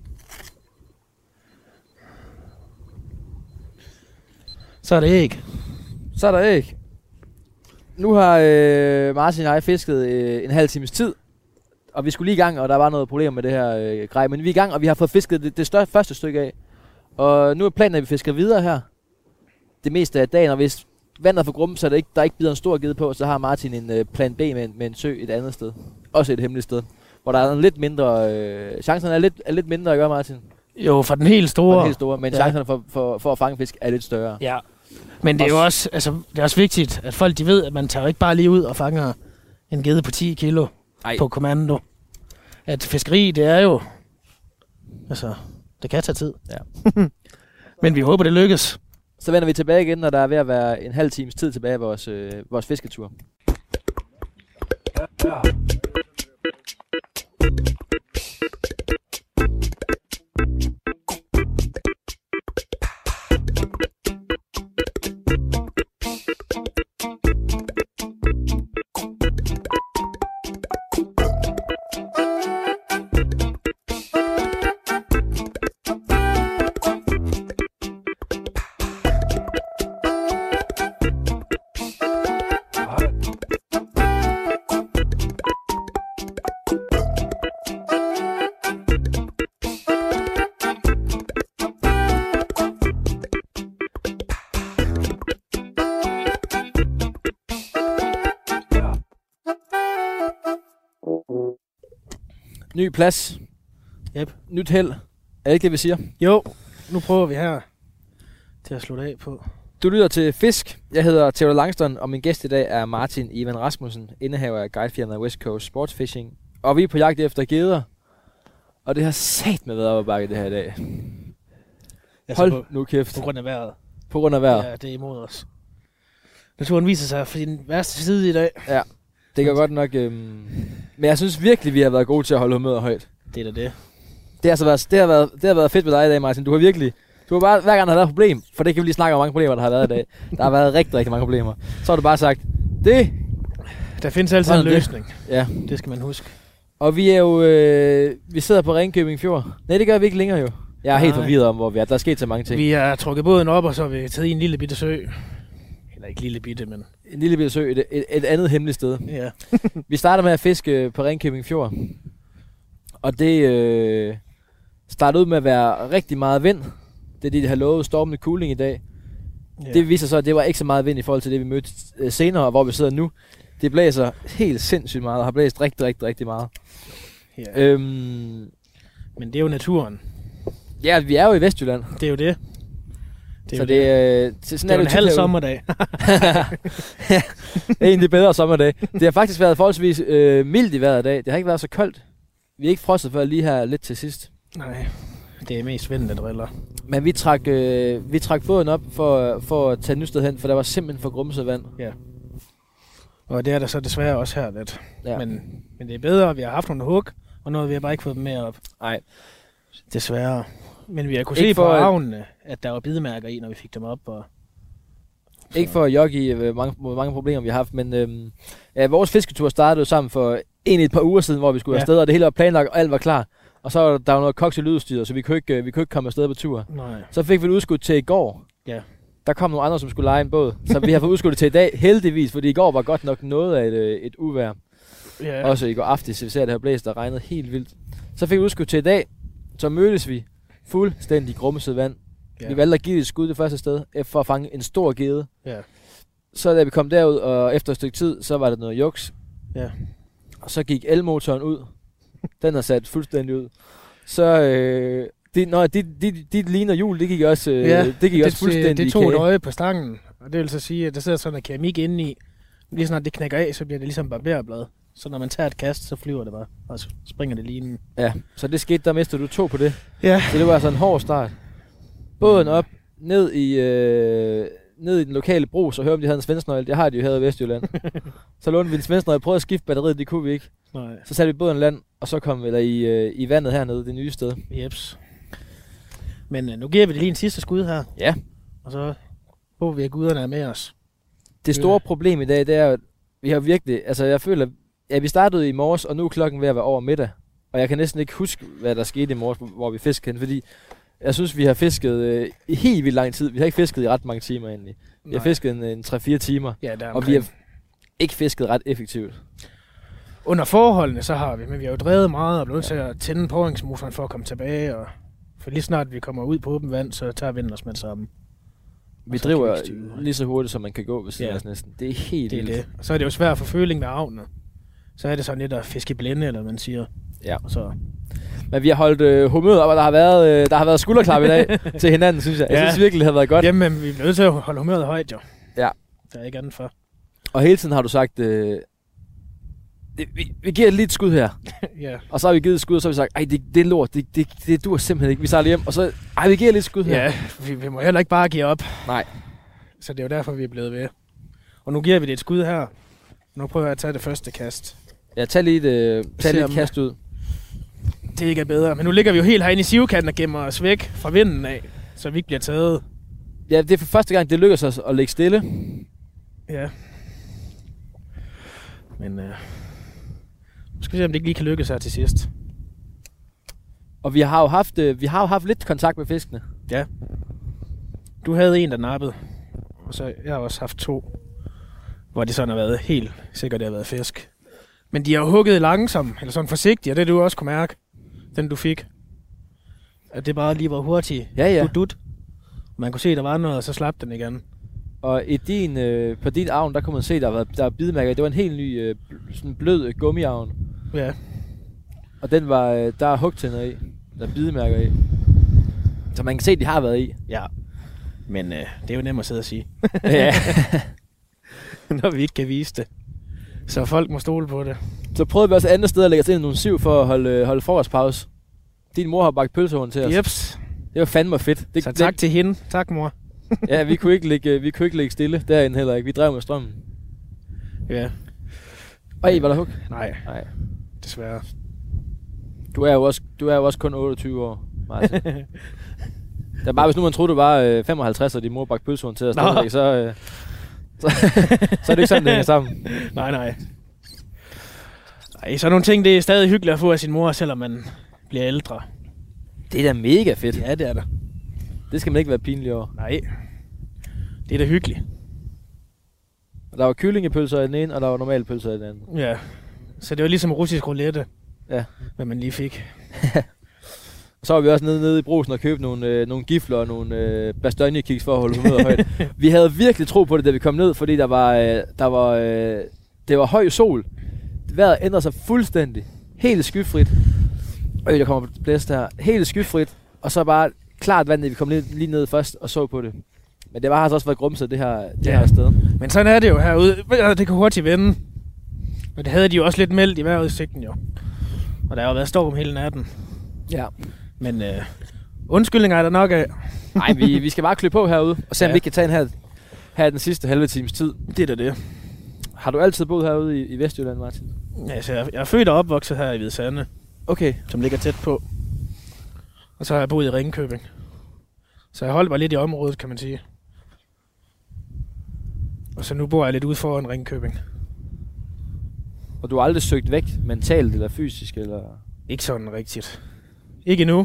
Så er det æg. Så er der æg. Nu har Martin og jeg fisket en halv times tid. Og vi skulle lige i gang, og der var noget problem med det her grej. Men vi er i gang, og vi har fået fisket det første stykke af. Og nu er planen, at vi fisker videre her. Det meste af dagen, og hvis vandet er for grumme, så der ikke bider en stor gede på, så har Martin en plan B med en sø et andet sted. Også et hemmeligt sted. Hvor der er en lidt mindre... chancerne er lidt mindre, ikke Martin? Jo, for den helt store. Men chancerne for at fange fisk er lidt større. Ja. Men det er jo også, det er også vigtigt, at folk de ved, at man tager ikke bare lige ud og fanger en gede på 10 kilo på kommando. At fiskeri, det er jo... det kan tage tid. Ja. Men vi håber, det lykkes. Så vender vi tilbage igen, når der er ved at være en halv times tid tilbage af vores fisketur. Ja. Ny plads. Yep. Nyt held. Er det ikke det, vi siger? Jo, nu prøver vi her til at slutte af på. Du lytter til Fisk. Jeg hedder Theodor Langston, og min gæst i dag er Martin Ivan Rasmussen, indehaver af guidefirmaet West Coast Sportsfishing. Og vi er på jagt efter geder. Og det har satme været op ad bakke det her i dag. Hold nu kæft. På grund af vejret. På grund af vejret. Ja, det er imod os. Naturen viser sig for din værste side i dag. Ja, det kan godt nok... Men jeg synes virkelig, vi har været gode til at holde humøret højt. Det er da det. Det har været fedt med dig i dag, Martin. Du har bare, hver gang der har været et problem, for det kan vi lige snakke om mange problemer, der har været i dag. Der har været rigtig, rigtig mange problemer. Så har du bare sagt, der findes altid en løsning. Ja. Det skal man huske. Og vi er jo, vi sidder på Ringkøbing Fjord. Nej, det gør vi ikke længere jo. Jeg er helt forvirret om, hvor vi er. Der er sket så mange ting. Vi har trukket båden op, og så har vi taget i en lille bitte sø. Eller ikke lille bitte, men... En lille bitte sø, et andet hemmeligt sted. Ja. Vi starter med at fiske på Ringkøbing Fjord. Og det startede ud med at være rigtig meget vind. Det er det, de har lovet stormende cooling i dag. Yeah. Det viser så, at det var ikke så meget vind i forhold til det, vi mødte senere, hvor vi sidder nu. Det blæser helt sindssygt meget, og har blæst rigtig, rigtig, rigtig meget. Yeah. Men det er jo naturen. Ja, vi er jo i Vestjylland. Det er jo det. Så det er en halv sommerdag. Ja, det er egentlig bedre sommerdag. Det har faktisk været forholdsvis mildt i vejret i dag. Det har ikke været så koldt. Vi er ikke frosset før lige her lidt til sidst. Nej, det er mest vinden, der driller. Men vi trak båden op for at tage et nyt sted hen, for der var simpelthen for grumset vand. Ja. Og det er der så desværre også her lidt. Ja. Men det er bedre, vi har haft nogle hug, og noget vi har bare ikke fået dem mere op. Nej. Desværre. Men vi har kunnet se på avnene, at der var bidemærker i, når vi fik dem op. Og ikke for at jogge i mange problemer, vi har haft, men vores fisketur startede jo sammen for et par uger siden, hvor vi skulle afsted, og det hele var planlagt, og alt var klar. Og så var der noget koks i lydudstyret, så vi kunne ikke komme afsted på tur. Nej. Så fik vi det udskudt til i går. Ja. Der kom nogle andre, som skulle lege en båd. Så vi har fået udskudt til i dag, heldigvis, fordi i går var godt nok noget af et uvejr. Ja. Også i går aftes, vi ser, at det har blæst og regnet helt vildt. Så fik vi udskudt til i dag, så mødtes vi fuldstændig grumset vand. Ja. Vi valgte at give det et skud det første sted, for at fange en stor gede. Ja. Så da vi kom derud, og efter et stykke tid, så var der noget juks. Ja. Og så gik elmotoren ud. Den har sat fuldstændig ud. Så de ligner hjul, det gik også, det gik også fuldstændig. Det tog et øje på stangen, og det vil så sige, at der sidder sådan en keramik inde i. Lige snart det knækker af, så bliver det ligesom barberblad. Så når man tager et kast, så flyver det bare, og så springer det lige ind. Ja, så det skete, der mistede du 2 på det. Ja. Så det var altså en hård start. Båden op, ned i den lokale brug, så hørte om de havde en svensnøgle. Det har de jo her i Vestjylland. Så lånte vi en svensnøgle, prøvede at skifte batteriet, det kunne vi ikke. Nej. Så satte vi båden land, og så kom vi i vandet hernede, det nye sted. Jeps. Men nu giver vi det lige en sidste skud her. Ja. Og så håber vi, at guderne er med os. Det store problem i dag, det er, at vi har virkelig, altså jeg føler, vi startede i morges, og nu er klokken ved at være over middag. Og jeg kan næsten ikke huske, hvad der skete i morges, hvor vi fiskede hen, fordi jeg synes, vi har fisket i helt vildt lang tid. Vi har ikke fisket i ret mange timer egentlig. Vi har fisket en 3-4 timer, ja, og vi har ikke fisket ret effektivt. Under forholdene så har vi, men vi har jo drevet meget og blevet til at tænde påhængsmotoren for at komme tilbage. Og for lige snart vi kommer ud på åben vand, så tager vinden os med sammen. Vi driver lige så hurtigt, som man kan gå ved siden af os næsten. Det er helt vildt. Det. Og så er det jo svært for føling med avnet. Så er det sådan lidt at fiske i blinde, eller man siger. Ja. Og så. Men vi har holdt humøret op, og der har været skulderklap i dag til hinanden, synes jeg. Jeg synes virkelig, det har været godt. Jamen, vi er nødt til at holde humøret højt, jo. Ja. Der er ikke andet for. Og hele tiden har du sagt, vi giver et lille skud her. Ja. Og så har vi givet et skud, og så har vi sagt, ej, det er lort, det dur simpelthen ikke. Vi sejler hjem, og så, vi giver et lille skud her. Ja, vi må heller ikke bare give op. Nej. Så det er jo derfor, vi er blevet ved. Og nu giver vi det et skud her. Nu prøver jeg at tage det første kast. Ja, tag lige et kast ud. Det ikke er bedre. Men nu ligger vi jo helt herinde i sivkanten og gemmer os væk fra vinden af, så vi ikke bliver taget. Ja, det er for første gang, det lykkes os at ligge stille. Ja. Men nu skal vi se, om det ikke lige kan lykkes her til sidst. Og vi har jo haft lidt kontakt med fiskene. Ja. Du havde en, der nappede. Og så jeg har også haft 2, hvor det sådan har været helt sikkert, det har været fisk. Men de har jo hugget langsomt, eller sådan forsigtigt, og det du også kunne mærke, den du fik. At det bare lige var hurtigt. Ja. Dut. Man kunne se, der var noget, og så slap den igen. Og på din avn, der kunne man se, der er bidemærker. Det var en helt ny, sådan blød gummiavn. Ja. Og den var, der er hugtænder i. Der er bidemærker i. Så man kan se, at de har været i. Ja. Men det er jo nemt at sidde og sige. Ja. Når vi ikke kan vise det. Så folk må stole på det. Så prøvede vi også et andet sted at lægge os ind i nogle siv for at holde frokostpause. Din mor har bagt pølsehorn til os. Jeps. Det var fandme fedt. Så tak til hende. Tak, mor. Ja, vi kunne ikke ligge stille derinde heller ikke. Vi drev med strømmen. Ja. Var der hug? Nej. Desværre. Du er jo også kun 28 år, Martin. Det er bare, hvis nu man troede, du var 55, og din mor bagte pølsehorn til os, så er det ikke sådan, det hænger sammen. Nej. Så nogle ting, det er stadig hyggeligt at få af sin mor, selvom man bliver ældre. Det er da mega fedt. Ja, det er det. Det skal man ikke være pinlig over. Nej. Det er da hyggeligt. Der var kyllingepølser i den ene, og der var normale pølser i den anden. Ja. Så det var ligesom russisk roulette. Ja. Hvad man lige fik. Så var vi også nede i Brugsen og købte nogle gifler og nogle bastogne-kiks for at holde humøret højt. Vi havde virkelig tro på det, da vi kom ned, fordi det var høj sol. Vejret ændrede sig fuldstændig. Helt skyfrit. Der kommer blæst her. Helt skyfrit. Og så bare klart vand, vi kom lige ned først og så på det. Men det har altså også været grumset, det her sted. Men sådan er det jo herude. Det kan hurtigt vende. Og det havde de jo også lidt meldt i vejrudsigten jo. Og der har jo været storm hele natten. Ja. Men undskyldninger er der nok af. Nej, vi skal bare klø på herude, og se om vi kan tage en her den sidste halve times tid. Det er da det. Har du altid boet herude i Vestjylland, Martin? Ja, altså, jeg er født og opvokset her i Hvide Sande. Okay. Som ligger tæt på. Og så har jeg boet i Ringkøbing. Så jeg holdt mig lidt i området, kan man sige. Og så nu bor jeg lidt ude foran Ringkøbing. Og du har aldrig søgt væk mentalt eller fysisk, eller? Ikke sådan rigtigt. Ikke endnu.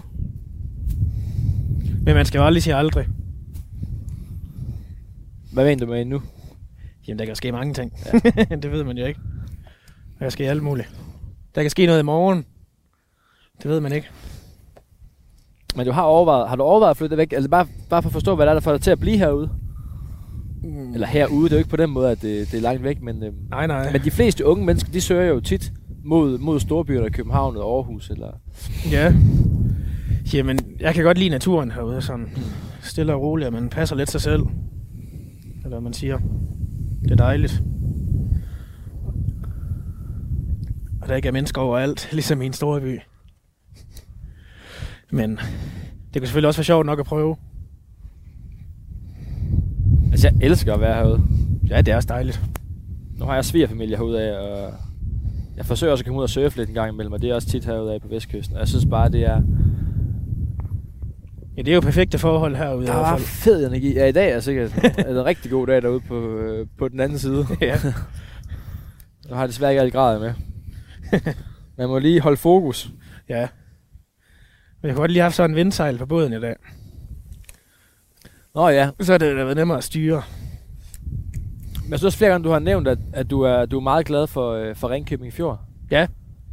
Men man skal jo aldrig sige aldrig. Hvad mener du med endnu? Jamen, der kan ske mange ting. Ja. Det ved man jo ikke. Der kan ske alt muligt. Der kan ske noget i morgen. Det ved man ikke. Men har du overvejet at flytte væk? Altså bare for at forstå, hvad der får dig til at blive herude? Eller herude, det er jo ikke på den måde, at det er langt væk, men... Nej. Men de fleste unge mennesker, de søger jo tit mod storbyerne, København og Aarhus, eller... Ja. Jamen, jeg kan godt lide naturen herude, sådan stille og roligt, at man passer lidt sig selv. Eller hvad man siger. Det er dejligt. Og der ikke er mennesker overalt, ligesom i en stor by. Men det kan selvfølgelig også være sjovt nok at prøve. Altså, jeg elsker at være herude. Ja, det er også dejligt. Nu har jeg svigerfamilie herude af, og jeg forsøger også at komme ud og surfe lidt en gang imellem, og det er også tit herude af på Vestkysten. Og jeg synes bare, det er... Ja, det er jo perfekte forhold herude. Der var fed energi. Ja, i dag er sikkert en rigtig god dag derude på den anden side. Ja. Nu har jeg desværre ikke alle grader med. Man må lige holde fokus. Ja. Men jeg kunne godt lige have sådan en vindsejl på båden i dag. Nå ja. Så er det været nemmere at styre. Men jeg synes også flere gange, du har nævnt, at du er meget glad for Ringkøbing Fjord. Ja.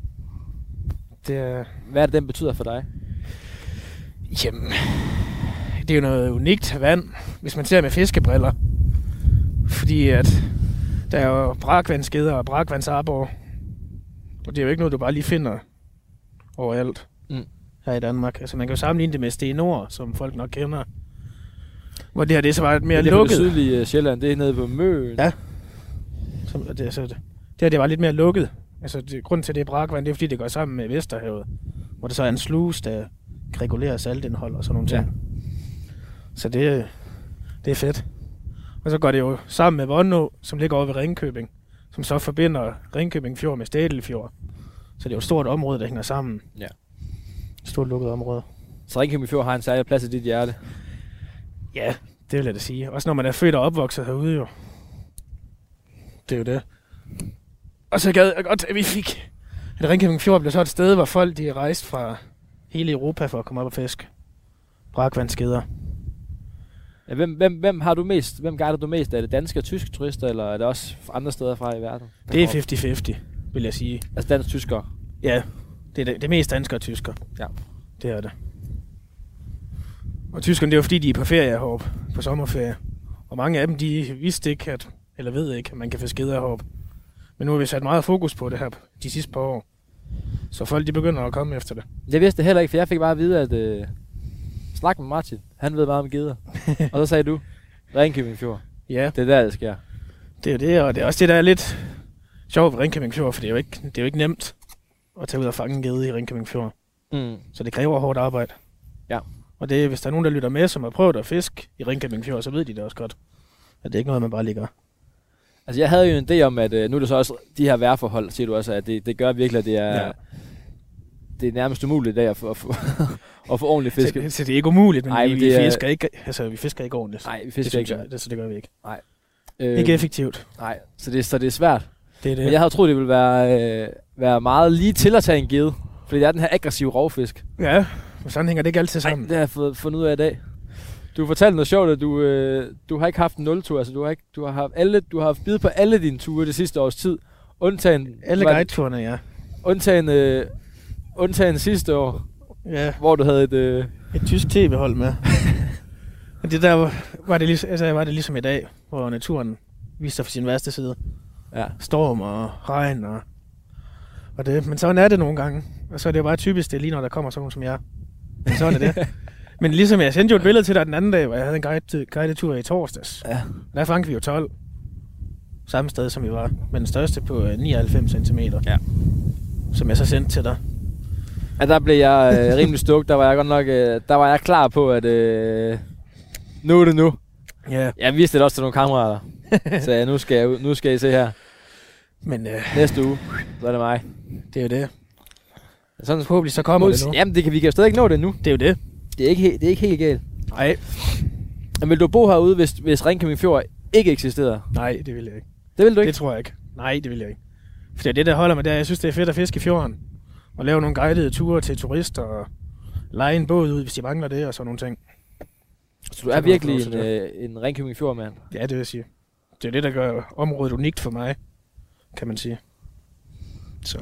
Det, hvad er det, den betyder for dig? Jamen, det er jo noget unikt vand, hvis man ser med fiskebriller. Fordi at der er jo brakvandsskeder og brakvandsarbor. Og det er jo ikke noget, du bare lige finder overalt her i Danmark. Altså man kan jo sammenligne det med Stenord, som folk nok kender. Hvor det her, det er så bare mere lukket. Det sydlige Sjælland, det er nede på Møn. Ja. Det her, det var lidt mere lukket. Altså grunden til, det er brakvand, det er fordi, det går sammen med Vesterhavet. Hvor det så er en sluse, der regulerer saltindhold og sådan nogle ting. Ja. Så det er fedt. Og så går det jo sammen med Vondå, som ligger over ved Ringkøbing, som så forbinder Ringkøbing Fjord med Stadilfjord. Så det er jo et stort område, der hænger sammen. Ja. Et stort lukket område. Så Ringkøbing Fjord har en særlig plads i dit hjerte? Ja, det vil jeg da sige. Også når man er født og opvokset herude jo. Det er jo det. Og så gad jeg godt, at vi fik... At Ringkøbing Fjord blev så et sted, hvor folk de rejste fra hele Europa for at komme op og fiske. Brakvandskeder. Ja, hvem guider du mest? Er det danske og tyske turister, eller er det også andre steder fra i verden? Det er 50-50, vil jeg sige. Altså dansk-tyskere? Ja, det er det mest danskere og tyskere. Ja. Det er det. Og tyskerne, det er jo fordi, de er på ferie heroppe, på sommerferie. Og mange af dem, de vidste ikke, eller ved ikke, at man kan fiske skeder heroppe. Men nu har vi sat meget fokus på det her de sidste par år. Så folk de begynder at komme efter det. Jeg vidste det heller ikke, for jeg fik bare at vide, at snak med Martin. Han ved meget om geder. Og så sagde du, Ringkøbing Fjord. Ja. Det er der, det sker. Det er jo det, og det er også det, der er lidt sjovt ved Ringkøbing Fjord, for det er jo ikke nemt at tage ud og fange en gede i Ringkøbing Fjord. Mm. Så det kræver hårdt arbejde. Ja. Og det, hvis der er nogen, der lytter med, som har prøvet at fiske i Ringkøbing Fjord, så ved de det også godt. At det er ikke noget, man bare lige gør. Altså, jeg havde jo en idé om, at nu er det så også de her vejrforhold, siger du også, at det gør virkelig, at det er... Ja. Det er nærmest umuligt i dag at få ordentligt fiske. Så det er ikke umuligt, men Ej, vi fisker ikke, altså, vi fisker ikke ordentligt. Nej, vi fisker ikke. Så det gør vi ikke. Nej. Ikke effektivt. Nej, så det er svært. Det er det. Men jeg havde troet, det ville være meget lige til at tage en gede. Fordi det er den her aggressive rovfisk. Ja, men sådan hænger det ikke altid sammen. Nej, det har jeg fundet ud af i dag. Du fortalte noget sjovt, at du har ikke haft en 0-tur. Altså, du har haft bid på alle dine ture det sidste års tid. Undtagen... Alle guideturene, ja. Undtagen sidste år, ja. Hvor du havde et tysk tv-hold med. Og det der var det ligesom i dag, hvor naturen viste sig for sin værste side. Ja. Storm og regn og det. Men sådan er det nogle gange. Og så er det jo bare typisk, det er lige når der kommer sådan nogen som jeg. Men sådan er det. Men ligesom jeg sendte jo et billede til dig den anden dag, hvor jeg havde en guidetur i torsdags. Ja. Der fangede vi jo 12. Samme sted som vi var. Men den største på 99 cm. Ja. Som jeg så sendte til dig. Ja, der blev jeg rimelig stuk. Der var jeg godt nok der var jeg klar på, at nu er det nu. Ja. Jeg viste det også til nogle kammerater. Så ja, nu skal I se her. Men næste uge, så er det mig. Det er jo det. Sådan, forhåbentlig så kommer det nu. Jamen, vi kan jo stadig ikke nå det nu. Det er jo det. Det er ikke helt galt. Nej. Men vil du bo herude, hvis Ringkøbing Fjord ikke eksisterede? Nej, det vil jeg ikke. Det vil du ikke? Det tror jeg ikke. Nej, det vil jeg ikke. For det er det, der holder mig der. Jeg synes, det er fedt at fiske i fjorden. Og lave nogle guidede ture til turister og lege en båd ud, hvis de mangler det og sådan nogle ting. Så du er virkelig en Ringkøbing Fjord-mand? Ja, det vil jeg sige. Det er det, der gør området unikt for mig, kan man sige. Så.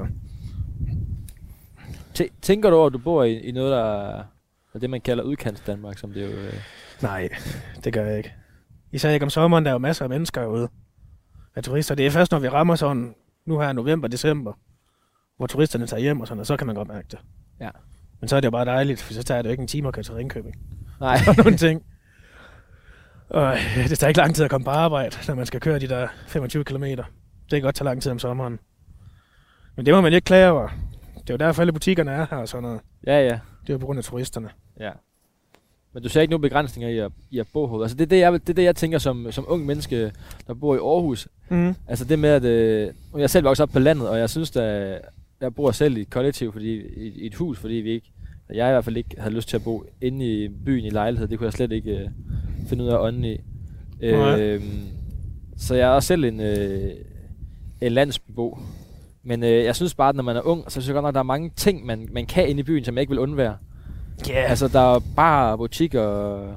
Tænker du over, at du bor i noget, der er det, man kalder udkants Danmark, som det jo... Nej, det gør jeg ikke. Især ikke om sommeren, der er jo masser af mennesker herude. Af turister. Det er først, når vi rammer sådan, nu her november, december, hvor turisterne tager hjem og sådan, og så kan man godt mærke det. Ja. Men så er det jo bare dejligt, for så tager det jo ikke en time at køre til Ringkøbing. Nej. Og nogle ting. Og det tager ikke lang tid at komme på arbejde, når man skal køre de der 25 kilometer. Det kan godt tage lang tid om sommeren. Men det må man ikke klage over. Det er jo derfor, alle butikkerne er her og sådan noget. Ja. Det er jo på grund af turisterne. Ja. Men du ser ikke nogen begrænsninger i at bo herude. Altså det er det, jeg tænker som ung menneske, der bor i Aarhus. Mm. Altså det med, at jeg selv vokset op på landet, og jeg synes, at jeg bor selv i et kollektiv, i et hus, fordi jeg i hvert fald ikke havde lyst til at bo inde i byen i lejlighed. Det kunne jeg slet ikke finde ud af ånden i. Så jeg er også selv en landsbybo. Men jeg synes bare, at når man er ung, så synes jeg godt nok, at der er mange ting, man kan inde i byen, som jeg ikke vil undvære. Yeah. Altså, der er bare butikker og...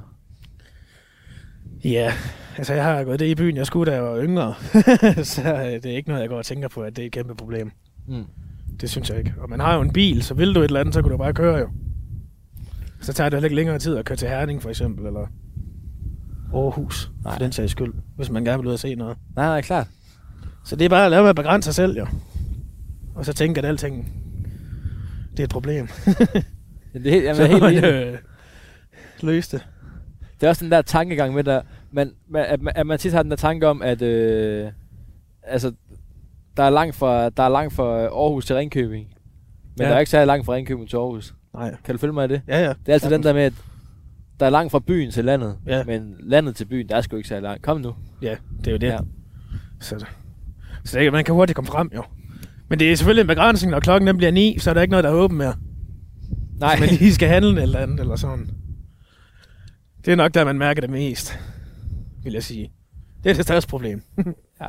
Ja, altså jeg har gået det i byen, jeg skulle da jeg var yngre. Så det er ikke noget, jeg går og tænker på, at det er et kæmpe problem. Mm. Det synes jeg ikke. Og man har jo en bil, så vil du et eller andet, så kan du bare køre jo. Så tager det heller ikke længere tid at køre til Herning for eksempel, eller Aarhus, for den sags skyld, hvis man gerne vil ud og se noget. Nej, klart. Så det er bare at lade være at begrænse sig selv, jo. Og så tænke, at alting, det er et problem. Det er helt enig. Løse det. Det er også den der tankegang med, at man tit har den der tanke om, at altså, der er langt fra Aarhus til Ringkøbing. Men der er ikke særlig langt fra Ringkøbing til Aarhus. Nej. Kan du følge mig i det? Ja. Det er altid den der med, at der er langt fra byen til landet. Ja. Men landet til byen, der er sgu ikke særlig langt. Kom nu. Ja, det er jo det. Ja. Så det, man kan hurtigt komme frem, jo. Men det er selvfølgelig en begrænsning, når klokken den bliver 9, så er der ikke noget, der er åbent mere. Nej. Men lige skal handle eller andet, eller sådan. Det er nok der, man mærker det mest, vil jeg sige. Det er det største problem. Ja.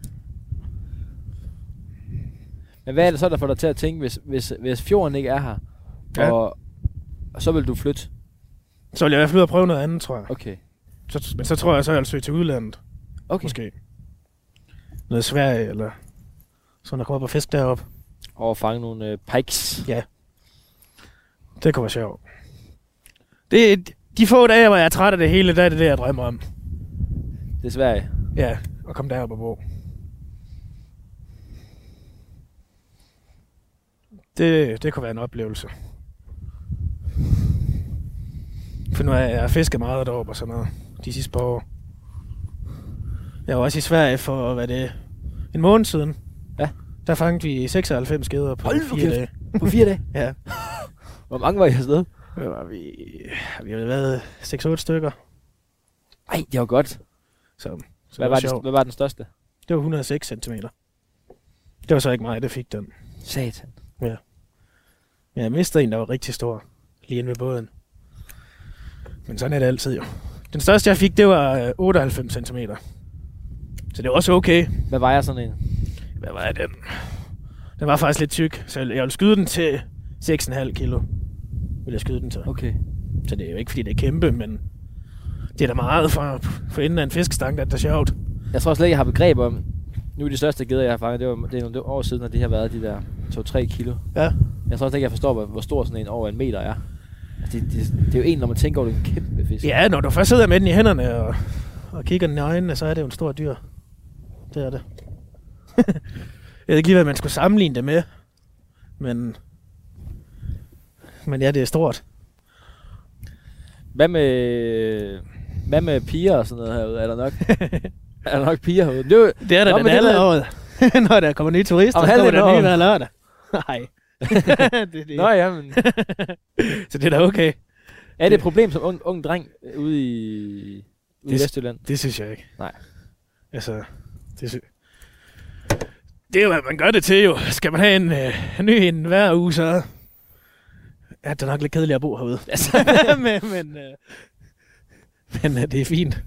Men hvad er det så, der får dig til at tænke, hvis fjorden ikke er her, og så vil du flytte? Så vil jeg i hvert fald ud og prøve noget andet, tror jeg. Okay. Men så tror jeg, jeg vil søge til udlandet. Okay. Måske. Noget Sverige, eller sådan, der kommer op og fisk deroppe. Og fange nogle pikes. Ja. Det kunne være sjovt. De få dage, hvor jeg er træt af det hele, der er det, jeg drømmer om. Det er Sverige? Ja, og komme derop og bo. Det kunne være en oplevelse. For nu har jeg fisket meget deroppe og sådan noget de sidste par år. Jeg var også i Sverige for, en måned siden. Ja. Der fangede vi 96 geder på 4 dage. På 4 dage? Ja. Hvor mange var I afsted? Vi har været 6-8 stykker. Ej, det var godt. Så Hvad var den største? Det var 106 cm. Det var så ikke meget, det fik den. Satan. Ja. Men jeg mistede en, der var rigtig stor. Lige inde ved båden. Men sådan er det altid jo. Den største, jeg fik, det var 98 cm. Så det var også okay. Hvad vejer sådan en? Hvad var den? Den var faktisk lidt tyk, så jeg ville skyde den til 6,5 kilo. Vil jeg skyde den til. Okay. Så det er jo ikke, fordi det er kæmpe, men det er da meget for enden af en fiskestang, at det er sjovt. Jeg tror slet ikke, jeg har begreb om... Nu er de største geder, jeg har fanget, det er nogle år siden, at de har været de der 2-3 kilo. Ja. Jeg tror slet ikke, jeg forstår, hvor stor sådan en over 1 meter er. Altså, det er jo en, når man tænker over, det er en kæmpe fisk. Ja, når du først sidder med den i hænderne og kigger den i øjnene, så er det jo en stor dyr. Det er det. Jeg ved ikke lige, hvad man skulle sammenligne det med. Men ja, det er stort. Hvad med piger og sådan noget herude? Er der nok piger herude? Det er der den halve året. Når der kommer nye turister, så kommer der nye hver lørdag. Nej. det. Nå ja, men... Så det er da okay. Er det et problem som ung dreng ude i Vestjylland? Det synes jeg ikke. Nej. Altså, det er jo, hvad man gør det til jo. Skal man have en ny en hver uge, så er det nok lidt kedeligt at bo herude. men det er fint.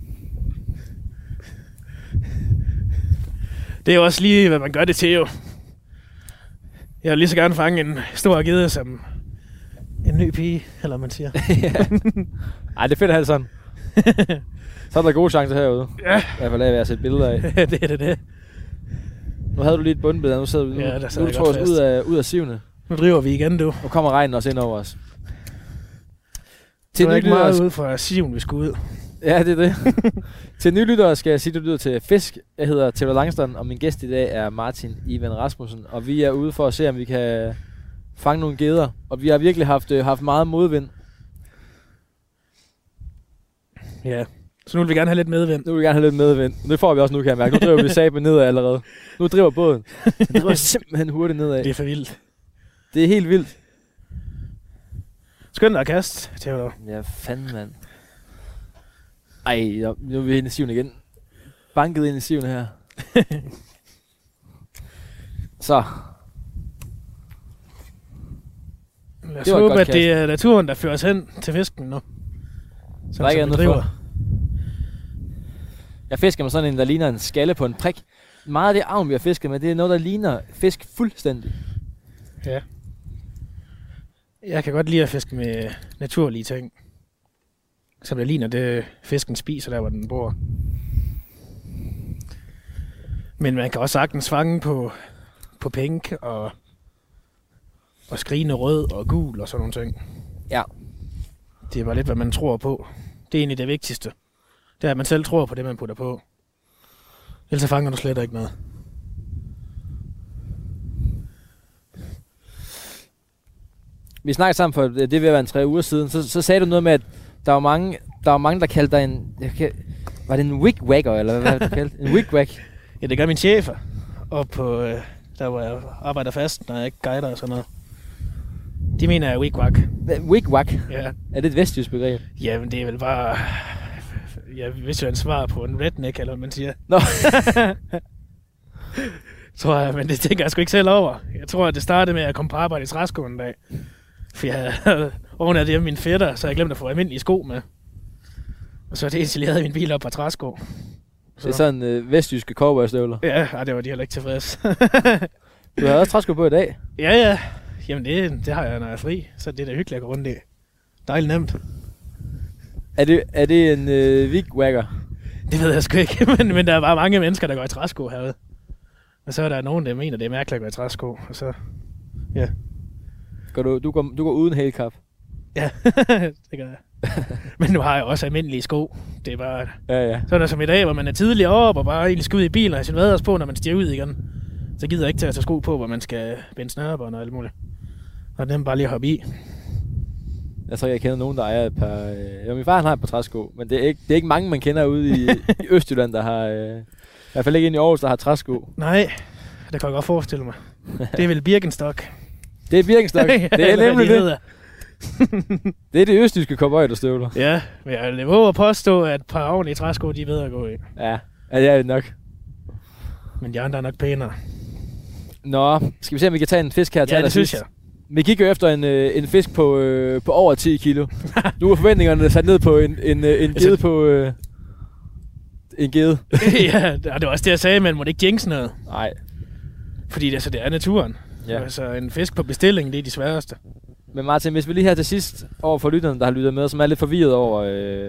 Det er jo også lige, hvad man gør det til jo. Jeg vil lige så gerne fange en stor gede som en ny pige, eller man siger. Ej, det er fedt at have det sådan. Så er der gode chancer herude. Ja. I hvert fald af, hvad jeg har set billeder af. Det er det. Nu havde du lige et bundbillede, nu sidder du nu tror jeg ud af sivene. Nu driver vi igen, du. Nu kommer regnen også ind over os. Det er ikke meget ude fra siven, vi skal ud. Ja, det er det. Til nye lyttere skal jeg sige, at du lytter til Fisk. Jeg hedder Theodor Langstrand, og min gæst i dag er Martin Ivan Rasmussen. Og vi er ude for at se, om vi kan fange nogle geder. Og vi har virkelig haft meget modvind. Ja, så nu vil vi gerne have lidt medvind. Det får vi også nu, kan jeg mærke. Nu driver vi saben nedad allerede. Nu driver båden. Den driver simpelthen hurtigt nedad. Det er for vildt. Det er helt vildt. Skynd dig at kaste, Theodor. Ja, fanden, mand. Ej, nu er vi inde i siven igen. Banket ind i siven her. Så. Lad os håbe, at det er naturen, der fører os hen til fisken nu. Der er ikke andet for. Jeg fisker med sådan en, der ligner en skalle på en prik. Meget af det avn, vi har fisket med, det er noget, der ligner fisk fuldstændig. Ja. Jeg kan godt lide at fiske med naturlige ting. Som det ligner det, fisken spiser der, hvor den bor. Men man kan også sagtens fange på pink og skrigende rød og gul og sådan nogle ting. Ja. Det er bare lidt, hvad man tror på. Det er egentlig det vigtigste. Det er, at man selv tror på det, man putter på. Ellers så fanger du slet ikke noget. Vi snakkede sammen for det vil være 3 uger siden. Så sagde du noget med, at der var mange, der kaldte dig en... Var det en wigwagger, eller hvad det kaldte? En wigwag? Ja, det gør min chefer. Og på der, hvor jeg arbejder fast, når jeg ikke guider og sådan noget. De mener jeg wigwag. Wigwag? Ja. Er det et vestjysk begreb? Ja, men det er vel bare... Jeg vidste jo en svar på en redneck, eller hvad man siger. Nå. Tror jeg, men det tænker jeg sgu ikke selv over. Jeg tror, at det startede med, at jeg kom på arbejde i træsko en dag. For jeg havde overnattet hjemme mine fætter, så jeg glemte at få almindelige sko med. Og så det eneste, jeg havde min bil op på træsko. Så. Det er sådan vestjyske cowboystøvler. Ja, det var de heller ikke tilfreds. Du har også træsko på i dag. Ja. Jamen det har jeg, når jeg er fri. Så det er da hyggeligt at gå rundt i. Dejligt nemt. Er det en wigwagger? Det ved jeg sgu ikke, men der er bare mange mennesker, der går i træsko herude. Og så er der nogen, der mener, det er mærkeligt at gå i træsko. Og så, ja. Du går uden hælkap? Ja, det gør jeg. Men nu har jeg også almindelige sko. Det er bare... Ja. Sådan der som i dag, hvor man er tidligere op og bare egentlig skal ud i bilen og have sin vaders på, når man stiger ud igen. Så gider jeg ikke til at tage sko på, hvor man skal binde snørebånd og alt muligt. Og den bare lige hoppe i. Jeg tror, jeg kender nogen, der ejer et par... Jo, min far han har et par træsko, men det er ikke mange, man kender ude i Østjylland, der har... I hvert fald ikke inde i Aarhus, der har træsko. Nej, det kan jeg godt forestille mig. Det er vel Birkenstock. Det er Birkenstock. Ja, det er nemlig det. Det er det østjyske cowboy-støvler. Ja, men jeg våger at påstå, at et par ordentlige træsko, de er bedre at gå i. Ja, det er det nok. Men de andre er nok pænere. Nå, skal vi se, om vi kan tage en fisk her til Ja, det synes jeg. Vi gik jo efter en fisk på over 10 kilo. Nu er forventningerne sat ned på en gede på... en gede. Ja, det var også det, jeg sagde, men må det ikke jinx noget? Nej. Fordi det er naturen. Ja. Altså en fisk på bestilling, det er de sværeste. Men Martin, hvis vi lige her til sidst over for lytterne, der har lyttet med, som er lidt forvirret over,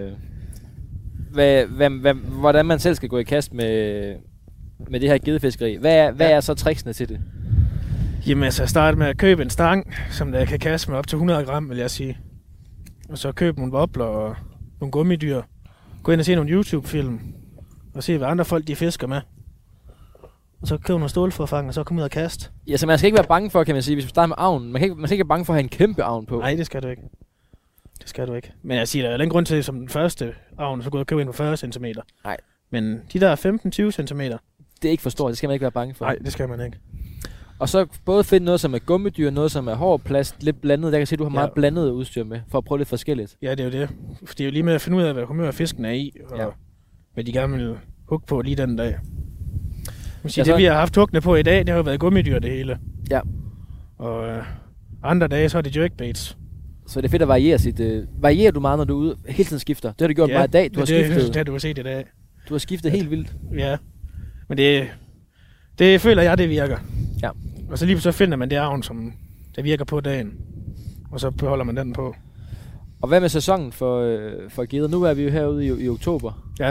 hvordan man selv skal gå i kast med det her gedefiskeri. Hvad er så tricksene til det? Jamen altså, starte med at købe en stang, som der kan kaste med op til 100 gram, vil jeg sige. Og så købe nogle bobler og nogle gummidyr. Gå ind og se nogle YouTube-film. Og se, hvad andre folk de fisker med. Og så købe nogle stålforfang, og så komme ud og kaste. Ja, så man skal ikke være bange for, kan man sige, hvis vi starter med avnen. Man skal ikke være bange for at have en kæmpe avn på. Nej, det skal du ikke. Det skal du ikke. Men jeg siger, der er ingen grund til, som den første avn, så gå og købe ind på 40 cm. Nej. Men de der 15-20 cm. Det er ikke for stort, det skal man ikke være bange for. Nej, det skal man ikke. Og så både finde noget, som er gummidyr, noget, som er hård plast, lidt blandet. Jeg kan se, at du har meget blandet udstyr med, for at prøve lidt forskelligt. Ja, det er jo det. For det er jo lige med at finde ud af, hvad humør fisken er i, og hvad de gerne vil hugge på lige den dag. Det vi har haft huggene på i dag, det har jo været gummidyr det hele. Ja. Og andre dage, så er det jerkbaits. Så det er fedt at variere sit... varierer du meget, når du er ude? Hele tiden skifter? Det har du gjort meget i dag. Du har skiftet... det har du set i dag. Du har skiftet helt vildt. Ja. Men det føler jeg, det virker. Ja. Og så lige så finder man det avn, som der virker på dagen. Og så beholder man den på. Og hvad med sæsonen for geder? Nu er vi jo herude i oktober. Ja.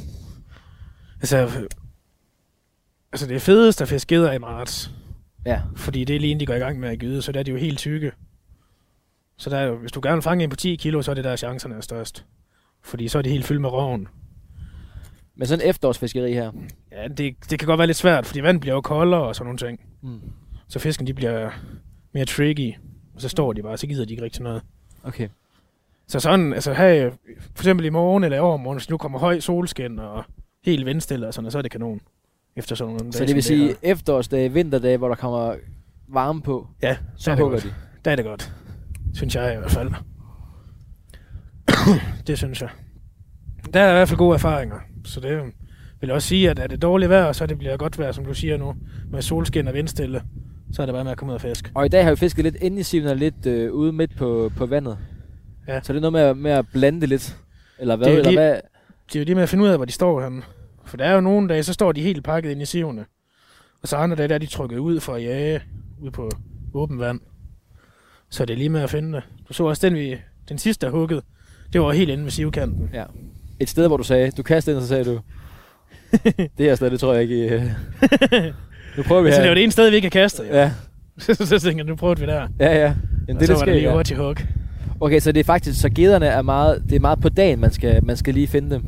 Altså det er fedest at fiske geder i marts. Ja. Fordi det er lige inden de går i gang med at gyde, så der er de jo helt tykke. Så der er jo, hvis du gerne vil fange en på 10 kilo, så er det der chancerne er størst. Fordi så er de helt fyldt med roven. Men sådan en efterårsfiskeri her? Ja, det kan godt være lidt svært, fordi vand bliver jo koldere og sådan nogle ting. Mm. Så fisken de bliver mere tricky, og så står de bare, så gider de ikke rigtig noget. Okay. Så sådan, altså her, for eksempel i morgen eller i overmorgen, hvis nu kommer høj solskin og helt vindstille og sådan, så er det kanon. Efter sådan nogle så dage, det vil sige efterårsdage, vinterdage, hvor der kommer varme på, ja, så hugger de? Der er det godt. Synes jeg i hvert fald. Det synes jeg. Der er i hvert fald gode erfaringer. Så det vil jeg også sige, at er det dårligt vejr, så det bliver godt vejr, som du siger nu, med solskin og vindstille, så er det bare med at komme ud og fiske. Og i dag har vi fisket lidt inde i siven og lidt ude midt på vandet. Ja. Så det er noget med at blande det lidt? Eller hvad? Det er jo lige med at finde ud af, hvor de står henne. For der er jo nogle dage, så står de helt pakket ind i sivene. Og så andre dage, der er de trykket ud for at jage ud på åben vand. Så det er lige med at finde det. Du så også den sidste, der huggede. Det var helt inde ved sivkanten. Ja. Et sted, hvor du sagde, du kastede ind, og så sagde du, det her sted, det tror jeg ikke. Nu prøver vi her. Så det var det ene sted, vi ikke har kastet. Ja. så tænker jeg, nu prøver vi der. Ja. Jamen, og det så var det lige over til hug. Okay, så det er faktisk, så gederne er meget på dagen, man skal lige finde dem.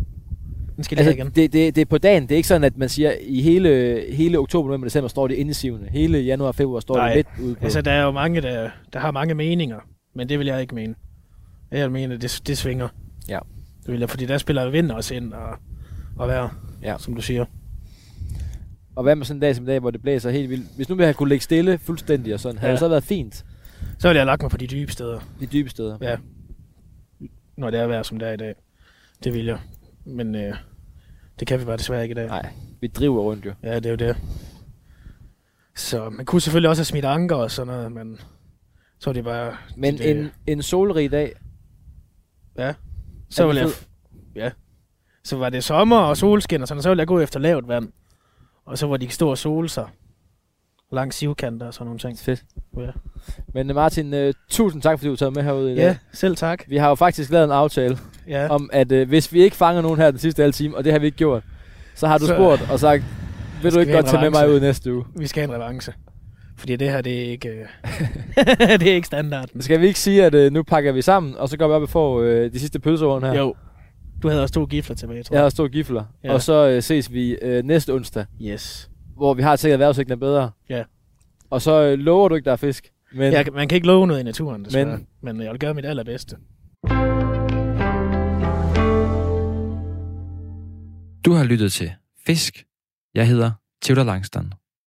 Det er på dagen. Det er ikke sådan, at man siger, i hele oktober, november, december står det inde i sivene. Hele januar og februar står det midt ude på. Altså, der er jo mange, der har mange meninger. Men det vil jeg ikke mene. Jeg mener, det svinger. Ja. Det vil jeg, fordi der spiller vind også ind og vejr, som du siger. Og hvad med sådan en dag som i dag, hvor det blæser helt vildt? Hvis nu vi havde kunne ligge stille fuldstændig og sådan, havde det så været fint? Så ville jeg lagt mig på de dybe steder. De dybe steder? Ja. Når det er vejr som det er i dag. Det vil jeg. Men det kan vi bare desværre ikke i dag. Nej, vi driver rundt jo. Ja, det er jo det. Så man kunne selvfølgelig også have smidt anker og sådan noget, men så er det bare... Men en solrig dag? Ja. Så ville jeg... Ja. Så var det sommer og solskin og sådan, og så ville jeg gå efter lavt vand. Og så var de stå og sole sig. Langs sivkanter og sådan nogle ting. Fedt. Ja. Men Martin, tusind tak, fordi du taget med herude i dag. Ja, selv tak. Vi har jo faktisk lavet en aftale om, at hvis vi ikke fanger nogen her den sidste halve time, og det har vi ikke gjort, så har du spurgt og sagt, vil du ikke godt tage med mig ud næste uge? Vi skal have en revanche. Fordi det her, det er ikke, det er ikke standarden. Skal vi ikke sige, at nu pakker vi sammen, og så går vi op og får de sidste pølserunde her? Jo. Du havde også 2 gifler tilbage, tror jeg. Jeg havde også 2 gifler. Ja. Og så ses vi næste onsdag. Yes. Hvor vi har sikkert vejrudsigten er bedre. Ja. Og så lover du ikke, der er fisk? Man kan ikke love noget i naturen, desværre. Men jeg vil gøre mit allerbedste. Du har lyttet til Fisk. Jeg hedder Theodor Langston.